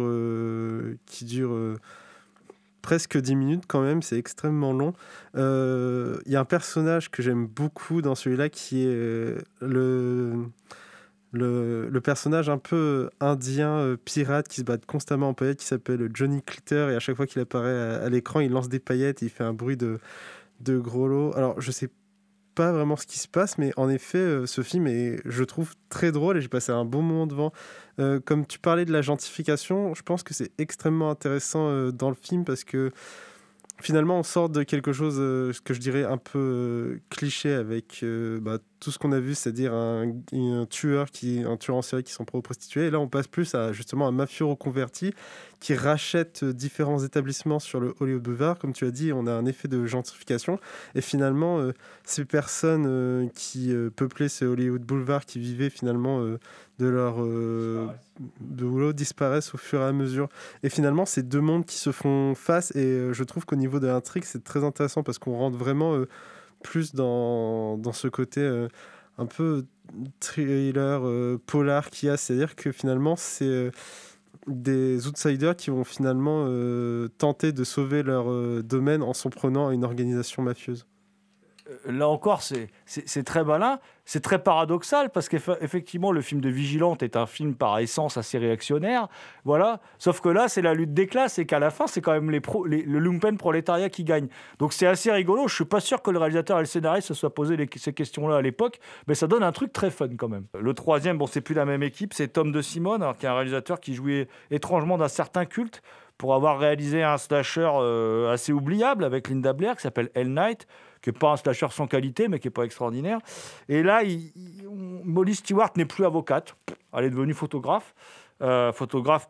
presque 10 minutes quand même, c'est extrêmement long. Il y a un personnage que j'aime beaucoup dans celui-là qui est le personnage un peu indien, pirate, qui se bat constamment en paillettes, qui s'appelle Johnny Glitter, et à chaque fois qu'il apparaît à l'écran, il lance des paillettes et il fait un bruit de gros lot. Alors, je sais pas vraiment ce qui se passe, mais en effet, ce film est, je trouve, très drôle et j'ai passé un bon moment devant. Comme tu parlais de la gentrification, je pense que c'est extrêmement intéressant dans le film, parce que finalement on sort de quelque chose, ce que je dirais un peu cliché, avec tout ce qu'on a vu, c'est-à-dire un tueur en série qui s'en prend aux prostituées. Et là, on passe plus à justement un mafieux reconverti qui rachète différents établissements sur le Hollywood Boulevard. Comme tu as dit, on a un effet de gentrification. Et finalement, ces personnes qui peuplaient ce Hollywood Boulevard, qui vivaient finalement de leur boulot, disparaissent au fur et à mesure. Et finalement, c'est deux mondes qui se font face. Et je trouve qu'au niveau de l'intrigue, c'est très intéressant parce qu'on rentre vraiment plus dans ce côté un peu thriller, polar qu'il y a. C'est-à-dire que finalement, c'est des outsiders qui vont finalement tenter de sauver leur domaine en s'en prenant à une organisation mafieuse. Là encore, c'est très malin, c'est très paradoxal parce qu'effectivement, le film de Vigilante est un film par essence assez réactionnaire, voilà. Sauf que là, c'est la lutte des classes et qu'à la fin, c'est quand même le lumpen prolétariat qui gagne. Donc c'est assez rigolo. Je suis pas sûr que le réalisateur et le scénariste se soient posé ces questions-là à l'époque, mais ça donne un truc très fun quand même. Le troisième, bon, c'est plus la même équipe, c'est Tom de Simone, alors, qui est un réalisateur qui jouait étrangement d'un certain culte pour avoir réalisé un slasher assez oubliable avec Linda Blair qui s'appelle Hell Night, qui n'est pas un slasher sans qualité, mais qui n'est pas extraordinaire. Et là, Molly Stewart n'est plus avocate. Elle est devenue photographe. Photographe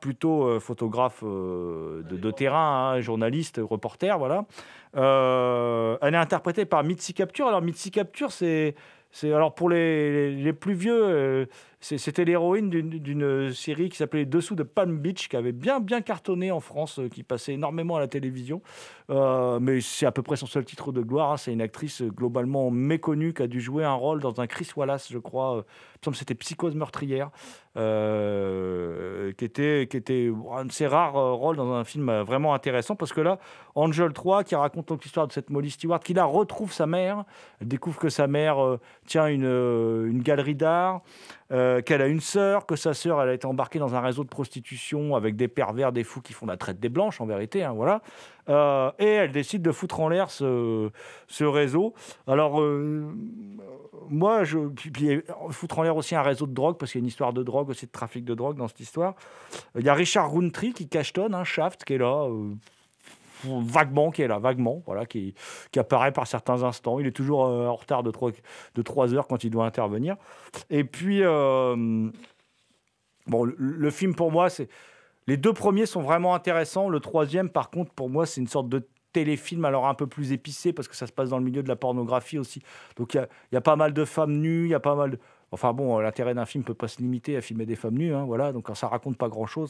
de terrain, hein, journaliste, reporter, voilà. Elle est interprétée par Mitzi Capture. Alors, Mitzi Capture, alors pour les plus vieux, c'était l'héroïne d'une série qui s'appelait Dessous de Palm Beach, qui avait bien cartonné en France, qui passait énormément à la télévision. Mais c'est à peu près son seul titre de gloire. Hein. C'est une actrice globalement méconnue qui a dû jouer un rôle dans un Chris Wallace, je crois. Il me semble que c'était Psychose meurtrière, qui était un de ses rares rôles dans un film vraiment intéressant. Parce que là, Angel 3, qui raconte donc l'histoire de cette Molly Stewart, qui là retrouve sa mère. Elle découvre que sa mère tient une galerie d'art. Qu'elle a une sœur, que sa sœur elle a été embarquée dans un réseau de prostitution avec des pervers, des fous qui font la traite des blanches en vérité, hein, voilà. Et elle décide de foutre en l'air ce réseau. Alors moi, puis foutre en l'air aussi un réseau de drogue, parce qu'il y a une histoire de drogue aussi, de trafic de drogue dans cette histoire. Il y a Richard Roundtree qui cachetonne, un Shaft qui est là. Vaguement, voilà, qui apparaît par certains instants. Il est toujours en retard de 3 heures quand il doit intervenir. Et puis, le film, pour moi, les deux premiers sont vraiment intéressants. Le troisième, par contre, pour moi, c'est une sorte de téléfilm, alors un peu plus épicé, parce que ça se passe dans le milieu de la pornographie aussi. Donc, il y a pas mal de femmes nues, il y a pas mal de... Enfin bon, l'intérêt d'un film ne peut pas se limiter à filmer des femmes nues, hein, voilà. Donc quand ça raconte pas grand-chose.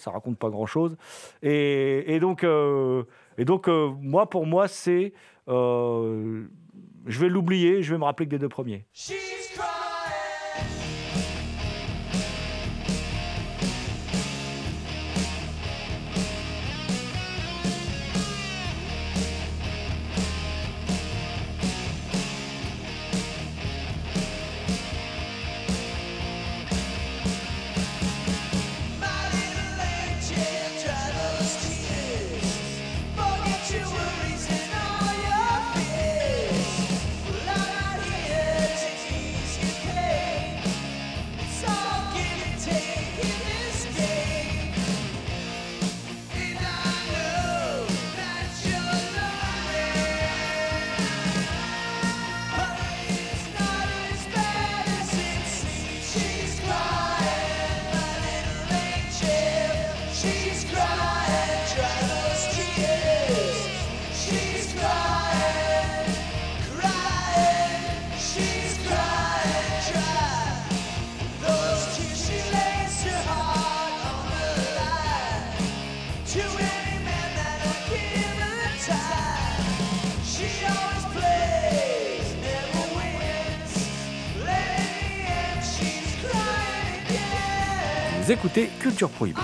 Et donc, moi, pour moi, c'est... je vais l'oublier, je vais me rappeler que des deux premiers. Vous écoutez Culture Prohibée.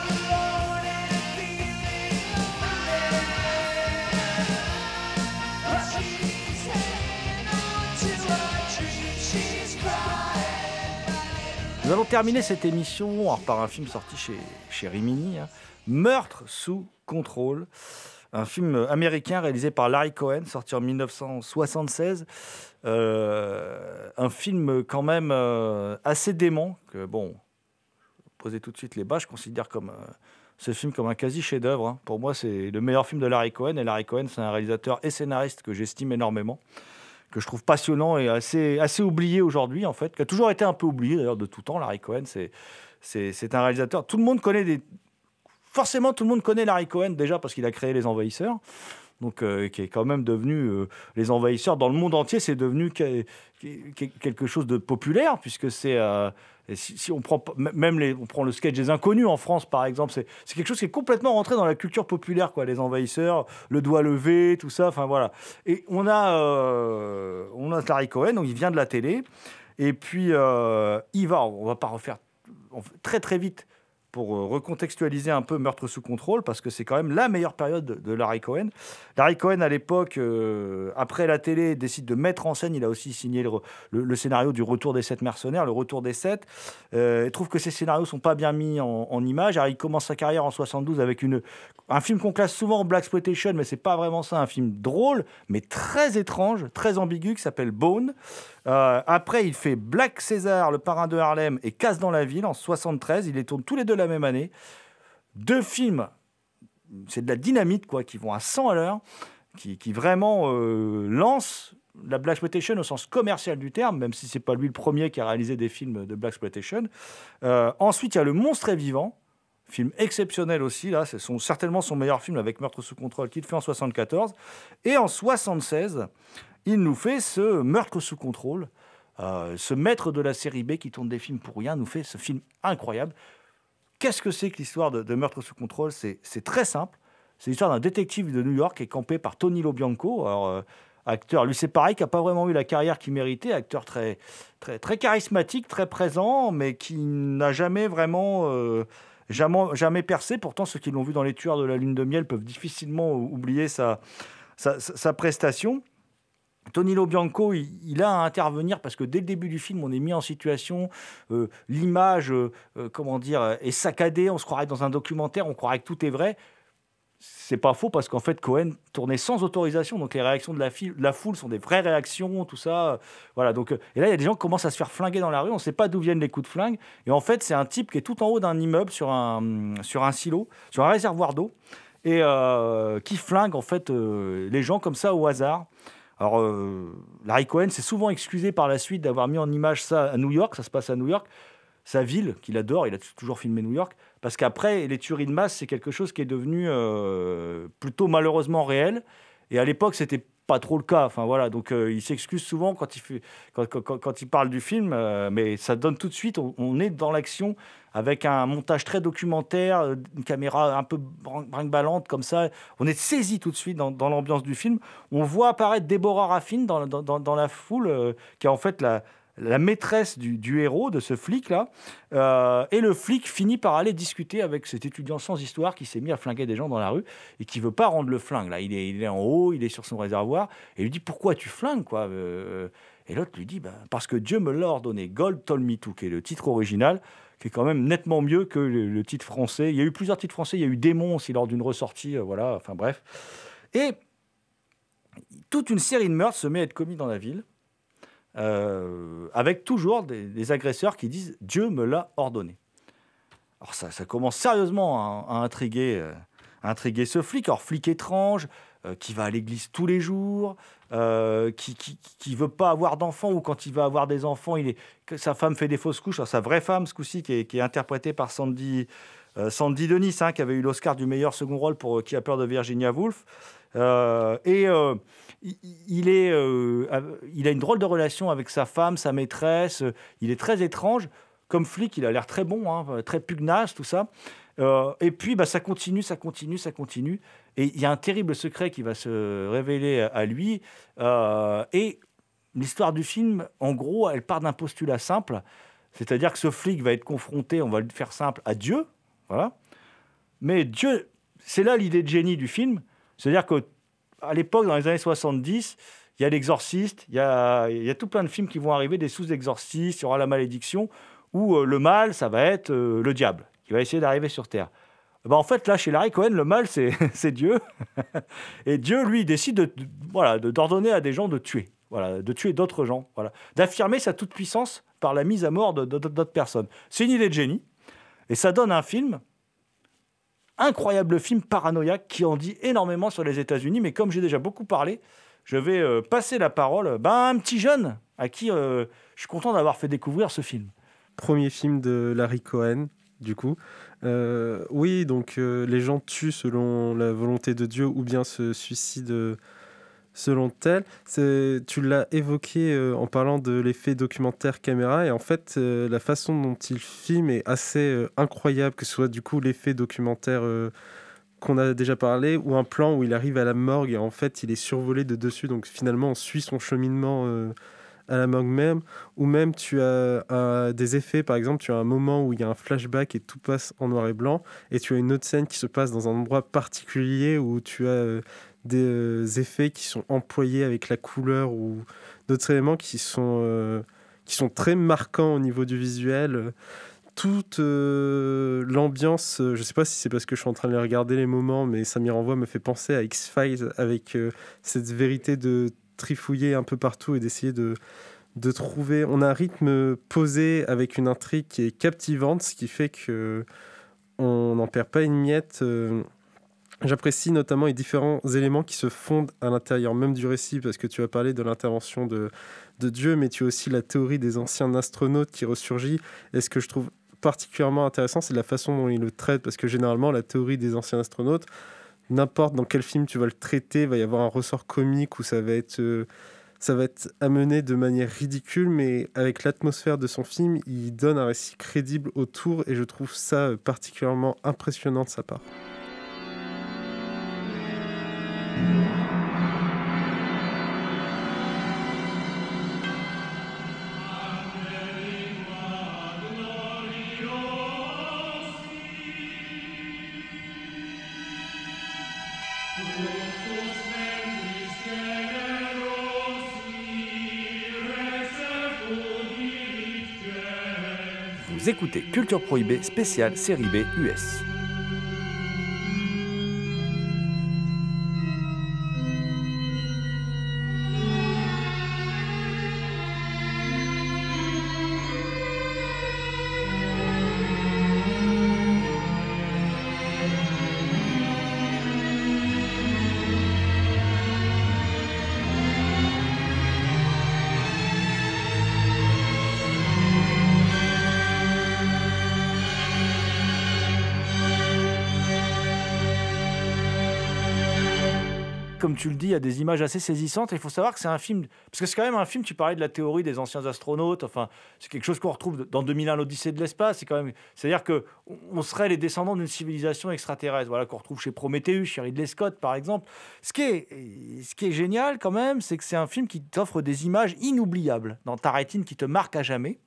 Nous allons terminer cette émission par un film sorti chez Rimini, hein, Meurtre sous contrôle, un film américain réalisé par Larry Cohen, sorti en 1976. Un film quand même assez dément, que bon, poser tout de suite les bas, je considère ce film comme un quasi chef-d'œuvre. Hein. Pour moi, c'est le meilleur film de Larry Cohen, et Larry Cohen, c'est un réalisateur et scénariste que j'estime énormément, que je trouve passionnant et assez oublié aujourd'hui, en fait, qui a toujours été un peu oublié, d'ailleurs, de tout temps. Larry Cohen, c'est un réalisateur. Forcément, tout le monde connaît Larry Cohen, déjà, parce qu'il a créé Les Envahisseurs. Donc, qui est quand même devenu Les Envahisseurs dans le monde entier, c'est devenu quelque chose de populaire, puisque c'est si on prend on prend le sketch des Inconnus en France, par exemple, c'est quelque chose qui est complètement rentré dans la culture populaire, quoi. Les Envahisseurs, le doigt levé, tout ça, enfin voilà. Et on a Larry Cohen, donc il vient de la télé, et puis on va pas refaire très très vite pour recontextualiser un peu Meurtre sous contrôle, parce que c'est quand même la meilleure période de Larry Cohen. Larry Cohen, à l'époque, après la télé, décide de mettre en scène. Il a aussi signé le scénario du Retour des 7 mercenaires, le Retour des 7. Il trouve que ces scénarios ne sont pas bien mis en image. Alors, il commence sa carrière en 72 avec un film qu'on classe souvent en blaxploitation, mais ce n'est pas vraiment ça, un film drôle, mais très étrange, très ambigu, qui s'appelle Bone. Après, il fait Black César, le parrain de Harlem, et Casse dans la ville en 73. Il les tourne tous les deux la même année. 2 films, c'est de la dynamite, quoi, qui vont à 100 à l'heure, qui vraiment lancent la blaxploitation au sens commercial du terme, même si c'est pas lui le premier qui a réalisé des films de blaxploitation. Ensuite, il y a Le Monstre est vivant, film exceptionnel aussi. Là, c'est certainement son meilleur film avec Meurtre sous contrôle qu'il fait en 74. Et en 76, il nous fait ce Meurtre sous contrôle, ce maître de la série B qui tourne des films pour rien, nous fait ce film incroyable. Qu'est-ce que c'est que l'histoire de Meurtre sous contrôle ? C'est très simple. C'est l'histoire d'un détective de New York qui est campé par Tony Lobianco. Alors, acteur, lui c'est pareil, qui n'a pas vraiment eu la carrière qu'il méritait. Acteur très, très, très charismatique, très présent, mais qui n'a jamais vraiment... jamais percé. Pourtant, ceux qui l'ont vu dans Les Tueurs de la Lune de Miel peuvent difficilement oublier sa prestation. Tony Lobianco, il a à intervenir parce que dès le début du film, on est mis en situation, l'image, est saccadée, on se croirait dans un documentaire, on croirait que tout est vrai. C'est pas faux parce qu'en fait, Cohen tournait sans autorisation, donc les réactions de la foule sont des vraies réactions, tout ça. Voilà. Donc, et là, il y a des gens qui commencent à se faire flinguer dans la rue, on ne sait pas d'où viennent les coups de flingue. Et en fait, c'est un type qui est tout en haut d'un immeuble sur un silo, sur un réservoir d'eau, et qui flingue en fait les gens comme ça au hasard. Alors, Larry Cohen s'est souvent excusé par la suite d'avoir mis en image ça à New York, ça se passe à New York, sa ville qu'il adore, il a toujours filmé New York, parce qu'après, les tueries de masse, c'est quelque chose qui est devenu plutôt malheureusement réel, et à l'époque, c'était pas trop le cas. Enfin, voilà, donc il s'excuse souvent quand il parle du film, mais ça donne tout de suite, on est dans l'action, avec un montage très documentaire, une caméra un peu brinque-ballante comme ça. On est saisi tout de suite dans l'ambiance du film. On voit apparaître Deborah Raffin dans la foule, qui est en fait la maîtresse du héros, de ce flic-là. Et le flic finit par aller discuter avec cet étudiant sans histoire qui s'est mis à flinguer des gens dans la rue et qui ne veut pas rendre le flingue. Là, il est en haut, il est sur son réservoir, et il lui dit « Pourquoi tu flingues, quoi ?» Et l'autre lui dit « Parce que Dieu me l'a ordonné. God told me to », qui est le titre original, qui est quand même nettement mieux que le titre français. Il y a eu plusieurs titres français. Il y a eu Démon aussi lors d'une ressortie. Voilà, enfin bref. Et toute une série de meurtres se met à être commis dans la ville, avec toujours des agresseurs qui disent « Dieu me l'a ordonné ». Alors ça commence sérieusement à intriguer ce flic. Alors flic étrange, qui va à l'église tous les jours, qui veut pas avoir d'enfants, ou quand il va avoir des enfants, sa femme fait des fausses couches. Alors, sa vraie femme, ce coup-ci, qui est interprétée par Sandy Dennis, qui avait eu l'Oscar du meilleur second rôle pour Qui a peur de Virginia Woolf. Il a une drôle de relation avec sa femme, sa maîtresse. Il est très étrange. Comme flic, il a l'air très bon, très pugnace, tout ça. Et puis, ça continue. Et il y a un terrible secret qui va se révéler à lui. Et l'histoire du film, en gros, elle part d'un postulat simple. C'est-à-dire que ce flic va être confronté, on va le faire simple, à Dieu. Voilà. Mais Dieu, c'est là l'idée de génie du film. C'est-à-dire qu'à l'époque, dans les années 70, il y a l'Exorciste, il y a tout plein de films qui vont arriver, des sous-exorcistes, il y aura la malédiction, où le mal, ça va être le diable, qui va essayer d'arriver sur Terre. En fait, là, chez Larry Cohen, le mal, c'est Dieu. Et Dieu, lui, décide d'ordonner à des gens de tuer. Voilà, de tuer d'autres gens. Voilà. D'affirmer sa toute-puissance par la mise à mort d'autres personnes. C'est une idée de génie. Et ça donne un film, incroyable film paranoïaque, qui en dit énormément sur les États-Unis. Mais comme j'ai déjà beaucoup parlé, je vais passer la parole à un petit jeune à qui je suis content d'avoir fait découvrir ce film. Premier film de Larry Cohen, du coup. Oui, donc les gens tuent selon la volonté de Dieu ou bien se suicident selon tel. Tu l'as évoqué en parlant de l'effet documentaire caméra et en fait, la façon dont il filme est assez incroyable, que ce soit du coup l'effet documentaire qu'on a déjà parlé ou un plan où il arrive à la morgue et en fait il est survolé de dessus, donc finalement on suit son cheminement à la morgue même, ou même tu as des effets, par exemple tu as un moment où il y a un flashback et tout passe en noir et blanc et tu as une autre scène qui se passe dans un endroit particulier où tu as des effets qui sont employés avec la couleur ou d'autres éléments qui sont très marquants au niveau du visuel. Toute l'ambiance, je ne sais pas si c'est parce que je suis en train de les regarder les moments, mais ça m'y renvoie, me fait penser à X-Files avec cette vérité de trifouiller un peu partout et d'essayer de trouver... On a un rythme posé avec une intrigue qui est captivante, ce qui fait qu'on n'en perd pas une miette. J'apprécie notamment les différents éléments qui se fondent à l'intérieur même du récit, parce que tu as parlé de l'intervention de Dieu, mais tu as aussi la théorie des anciens astronautes qui ressurgit. Et ce que je trouve particulièrement intéressant, c'est la façon dont il le traite, parce que généralement, la théorie des anciens astronautes, n'importe dans quel film tu vas le traiter, il va y avoir un ressort comique où ça va être amené de manière ridicule, mais avec l'atmosphère de son film, il donne un récit crédible autour, et je trouve ça particulièrement impressionnant de sa part. Vous écoutez Culture Prohibée spéciale série B US. Comme tu le dis, il y a des images assez saisissantes. Et il faut savoir que c'est un film... Parce que c'est quand même un film, tu parlais de la théorie des anciens astronautes. Enfin, c'est quelque chose qu'on retrouve dans 2001, l'Odyssée de l'espace. C'est-à-dire qu'on serait les descendants d'une civilisation extraterrestre, voilà, qu'on retrouve chez Prometheus, chez Ridley Scott, par exemple. Ce qui est génial, quand même, c'est que c'est un film qui t'offre des images inoubliables dans ta rétine, qui te marquent à jamais.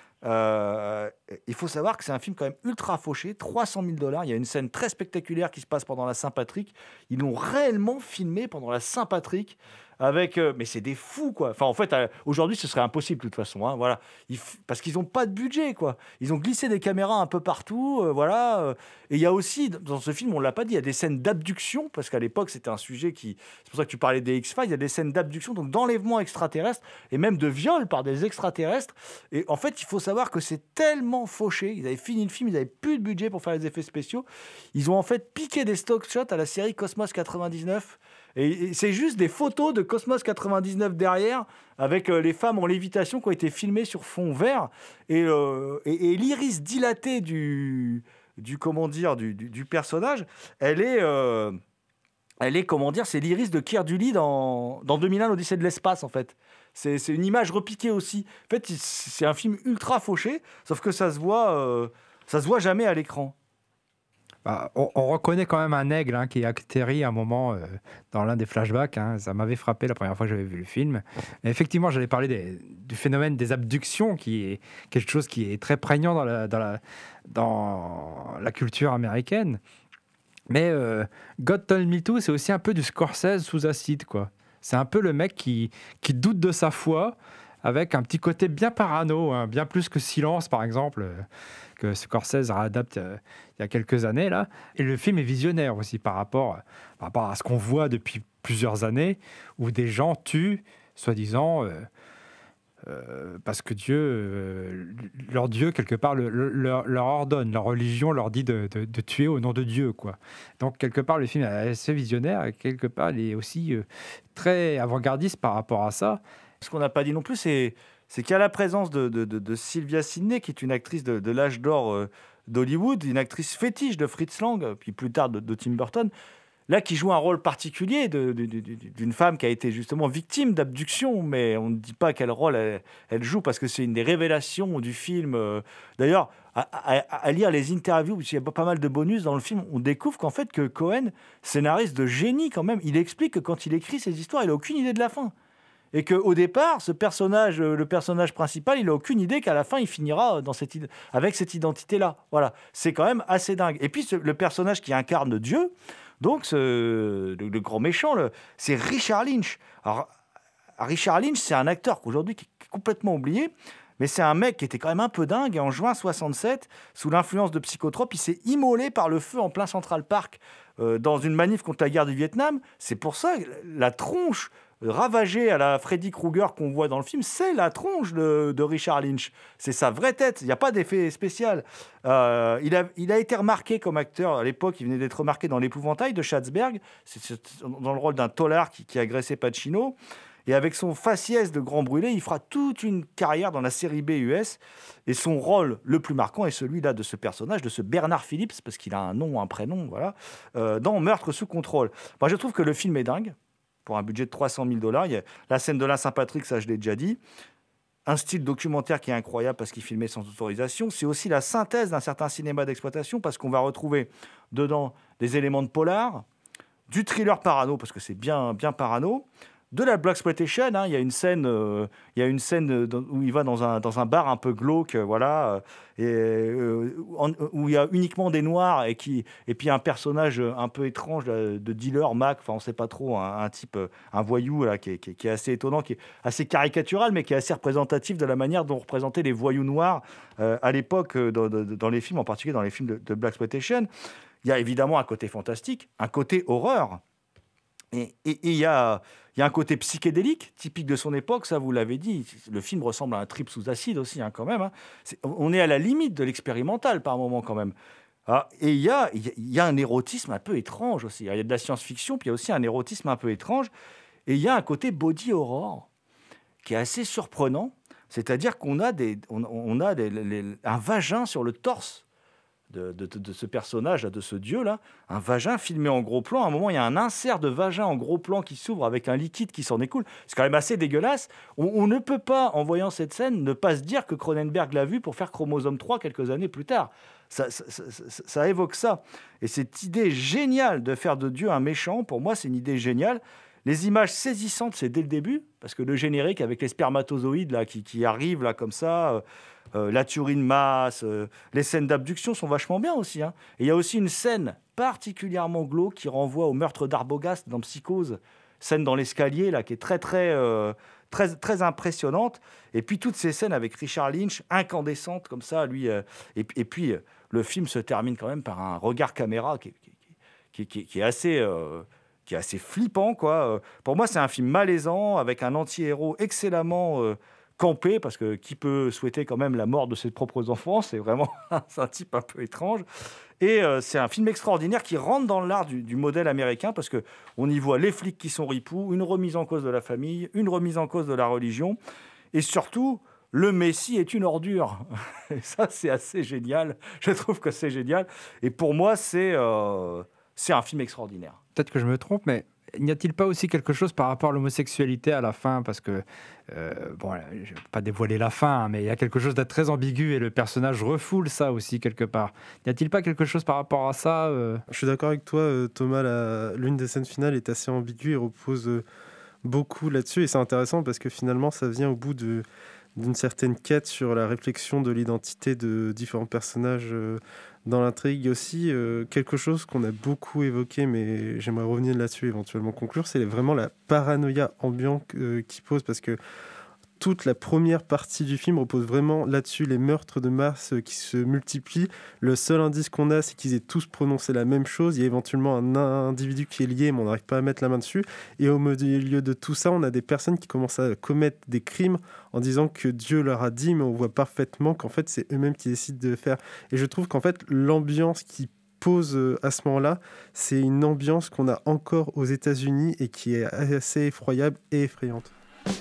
Il faut savoir que c'est un film quand même ultra fauché, $300,000. Il y a une scène très spectaculaire qui se passe pendant la Saint-Patrick. Ils l'ont réellement filmé pendant la Saint-Patrick avec, mais c'est des fous quoi. Enfin en fait aujourd'hui ce serait impossible de toute façon, hein, voilà. Parce qu'ils n'ont pas de budget quoi. Ils ont glissé des caméras un peu partout, voilà. Et il y a aussi dans ce film, on l'a pas dit, il y a des scènes d'abduction parce qu'à l'époque c'était un sujet qui, c'est pour ça que tu parlais des X-Files. Il y a des scènes d'abduction, donc d'enlèvement extraterrestre et même de viol par des extraterrestres. Et en fait il faut savoir que c'est tellement fauché. Ils avaient fini le film, ils n'avaient plus de budget pour faire les effets spéciaux. Ils ont en fait piqué des stock shots à la série Cosmos 99. Et c'est juste des photos de Cosmos 99 derrière, avec les femmes en lévitation qui ont été filmées sur fond vert. Et l'iris dilaté du personnage, elle est comment dire, c'est l'iris de Keir Dulley dans 2001, l'Odyssée de l'espace, en fait. C'est une image repiquée aussi. En fait, c'est un film ultra fauché, sauf que ça se voit jamais à l'écran. On reconnaît quand même un aigle qui atterrit à un moment dans l'un des flashbacks. Ça m'avait frappé la première fois que j'avais vu le film. Et effectivement, j'allais parler du phénomène des abductions, qui est quelque chose qui est très prégnant dans la culture américaine. Mais God Told Me To, c'est aussi un peu du Scorsese sous acide, quoi. C'est un peu le mec qui doute de sa foi, avec un petit côté bien parano, bien plus que Silence, par exemple, que Scorsese réadapte il y a quelques années, là. Et le film est visionnaire aussi par rapport à ce qu'on voit depuis plusieurs années, où des gens tuent, soi-disant, parce que Dieu, leur Dieu, quelque part, leur ordonne, leur religion leur dit de tuer au nom de Dieu, quoi. Donc, quelque part, le film est assez visionnaire et quelque part, il est aussi très avant-gardiste par rapport à ça. Ce qu'on n'a pas dit non plus, c'est qu'il y a la présence de Sylvia Sidney, qui est une actrice de l'âge d'or d'Hollywood, une actrice fétiche de Fritz Lang, puis plus tard de Tim Burton, là qui joue un rôle particulier d'une femme qui a été justement victime d'abduction, mais on ne dit pas quel rôle elle joue, parce que c'est une des révélations du film. D'ailleurs, à lire les interviews, parce qu'il y a pas mal de bonus dans le film, on découvre qu'en fait que Cohen, scénariste de génie quand même, il explique que quand il écrit ses histoires, il n'a aucune idée de la fin. Et qu'au départ, le personnage principal, il n'a aucune idée qu'à la fin, il finira avec cette identité-là. Voilà, c'est quand même assez dingue. Et puis, le personnage qui incarne Dieu, donc le grand méchant, c'est Richard Lynch. Alors, Richard Lynch, c'est un acteur qu'aujourd'hui qui est complètement oublié, mais c'est un mec qui était quand même un peu dingue. Et en juin 67, sous l'influence de psychotropes, il s'est immolé par le feu en plein Central Park dans une manif contre la guerre du Vietnam. C'est pour ça la tronche ravagée à la Freddy Krueger qu'on voit dans le film, c'est la tronche de Richard Lynch. C'est sa vraie tête. Il n'y a pas d'effet spécial. Il a été remarqué comme acteur à l'époque. Il venait d'être remarqué dans L'Épouvantail de Schatzberg, dans le rôle d'un tôlard qui agressait Pacino. Et avec son faciès de grand brûlé, il fera toute une carrière dans la série B US. Et son rôle le plus marquant est celui-là de ce personnage, de ce Bernard Phillips, parce qu'il a un nom, un prénom, voilà, dans Meurtre sous contrôle. Moi, je trouve que le film est dingue. Pour un budget de $300 000. Il y a la scène de la Saint-Patrick, ça je l'ai déjà dit. Un style documentaire qui est incroyable parce qu'il filmait sans autorisation. C'est aussi la synthèse d'un certain cinéma d'exploitation parce qu'on va retrouver dedans des éléments de polar, du thriller parano parce que c'est bien parano, de la blaxploitation. Il y a une scène où il va dans un bar un peu glauque, voilà, où il y a uniquement des noirs et puis un personnage un peu étrange de dealer, Mac, enfin on ne sait pas trop, un type, un voyou là, qui est assez étonnant, qui est assez caricatural, mais qui est assez représentatif de la manière dont on représentait les voyous noirs à l'époque dans les films, en particulier dans les films de blaxploitation. Il y a évidemment un côté fantastique, un côté horreur. Et il y a un côté psychédélique, typique de son époque, ça vous l'avez dit. Le film ressemble à un trip sous acide aussi, quand même. Hein. On est à la limite de l'expérimental par moment, quand même. Et il y a un érotisme un peu étrange aussi. Il y a de la science-fiction, puis il y a aussi un érotisme un peu étrange. Et il y a un côté body horror qui est assez surprenant. C'est-à-dire qu'on a, un vagin sur le torse de ce personnage, de ce dieu-là, un vagin filmé en gros plan. À un moment, il y a un insert de vagin en gros plan qui s'ouvre avec un liquide qui s'en écoule. C'est quand même assez dégueulasse. On ne peut pas, en voyant cette scène, ne pas se dire que Cronenberg l'a vu pour faire Chromosome 3 quelques années plus tard. Ça évoque ça. Et cette idée géniale de faire de Dieu un méchant, pour moi, c'est une idée géniale. Les images saisissantes, c'est dès le début, parce que le générique avec les spermatozoïdes là, qui arrivent là, comme ça... la tuerie de masse, les scènes d'abduction sont vachement bien aussi. Hein. Et il y a aussi une scène particulièrement glauque qui renvoie au meurtre d'Arbogast dans Psychose, scène dans l'escalier là, qui est très, très, très, très impressionnante. Et puis toutes ces scènes avec Richard Lynch, incandescentes comme ça, lui. Et puis le film se termine quand même par un regard caméra qui est assez... qui est assez flippant, quoi. Pour moi, c'est un film malaisant, avec un anti-héros excellemment campé, parce que qui peut souhaiter quand même la mort de ses propres enfants, c'est vraiment c'est un type un peu étrange. Et c'est un film extraordinaire qui rentre dans l'art du modèle américain, parce qu'on y voit les flics qui sont ripoux, une remise en cause de la famille, une remise en cause de la religion, et surtout... le Messie est une ordure. Et ça, c'est assez génial. Je trouve que c'est génial. Et pour moi, c'est un film extraordinaire. Peut-être que je me trompe, mais n'y a-t-il pas aussi quelque chose par rapport à l'homosexualité à la fin ? Parce que, bon, je ne vais pas dévoiler la fin, hein, mais il y a quelque chose de très ambigu et le personnage refoule ça aussi quelque part. N'y a-t-il pas quelque chose par rapport à ça Je suis d'accord avec toi, Thomas. L'une des scènes finales est assez ambiguë et repose beaucoup là-dessus. Et c'est intéressant parce que finalement, ça vient au bout d'une certaine quête sur la réflexion de l'identité de différents personnages dans l'intrigue. Il y a aussi quelque chose qu'on a beaucoup évoqué, mais j'aimerais revenir là-dessus et éventuellement conclure, c'est vraiment la paranoïa ambiante qui pose, parce que toute la première partie du film repose vraiment là-dessus, les meurtres de masse qui se multiplient. Le seul indice qu'on a, c'est qu'ils aient tous prononcé la même chose. Il y a éventuellement un individu qui est lié, mais on n'arrive pas à mettre la main dessus. Et au milieu de tout ça, on a des personnes qui commencent à commettre des crimes en disant que Dieu leur a dit, mais on voit parfaitement qu'en fait, c'est eux-mêmes qui décident de le faire. Et je trouve qu'en fait, l'ambiance qui pose à ce moment-là, c'est une ambiance qu'on a encore aux États-Unis et qui est assez effroyable et effrayante.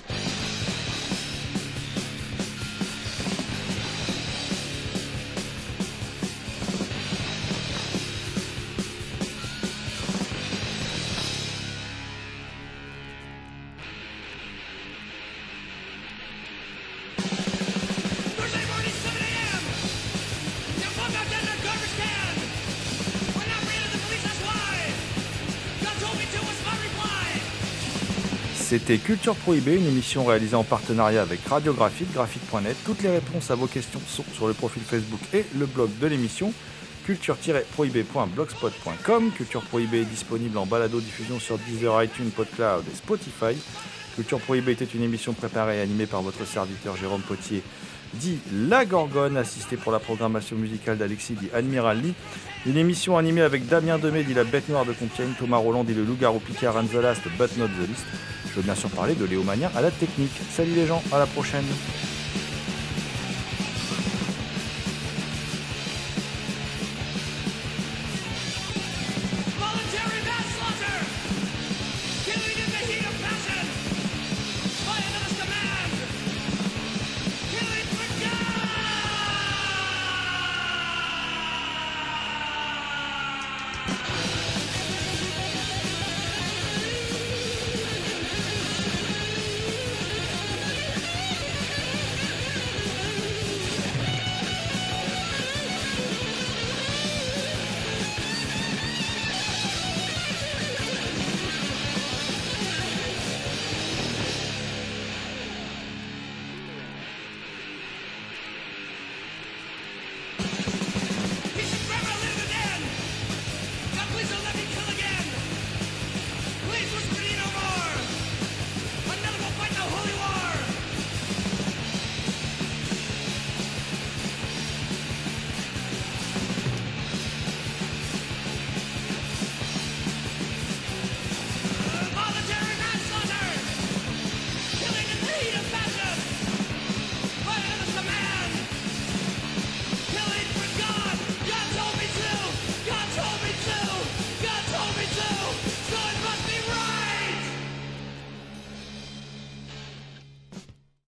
C'était Culture Prohibée, une émission réalisée en partenariat avec Radiographite, graphite.net. Toutes les réponses à vos questions sont sur le profil Facebook et le blog de l'émission, culture-prohibée.blogspot.com. Culture Prohibée est disponible en balado-diffusion sur Deezer, iTunes, PodCloud et Spotify. Culture Prohibée était une émission préparée et animée par votre serviteur Jérôme Potier, dit La Gorgone, assisté pour la programmation musicale d'Alexis, dit Admiral Lee. Une émission animée avec Damien Demey, dit La Bête Noire de Compiègne, Thomas Roland, dit Le Loup-Garou Picard and the Last, but not the least. Je veux bien sûr parler de Léo Magnien à la technique. Salut les gens, à la prochaine.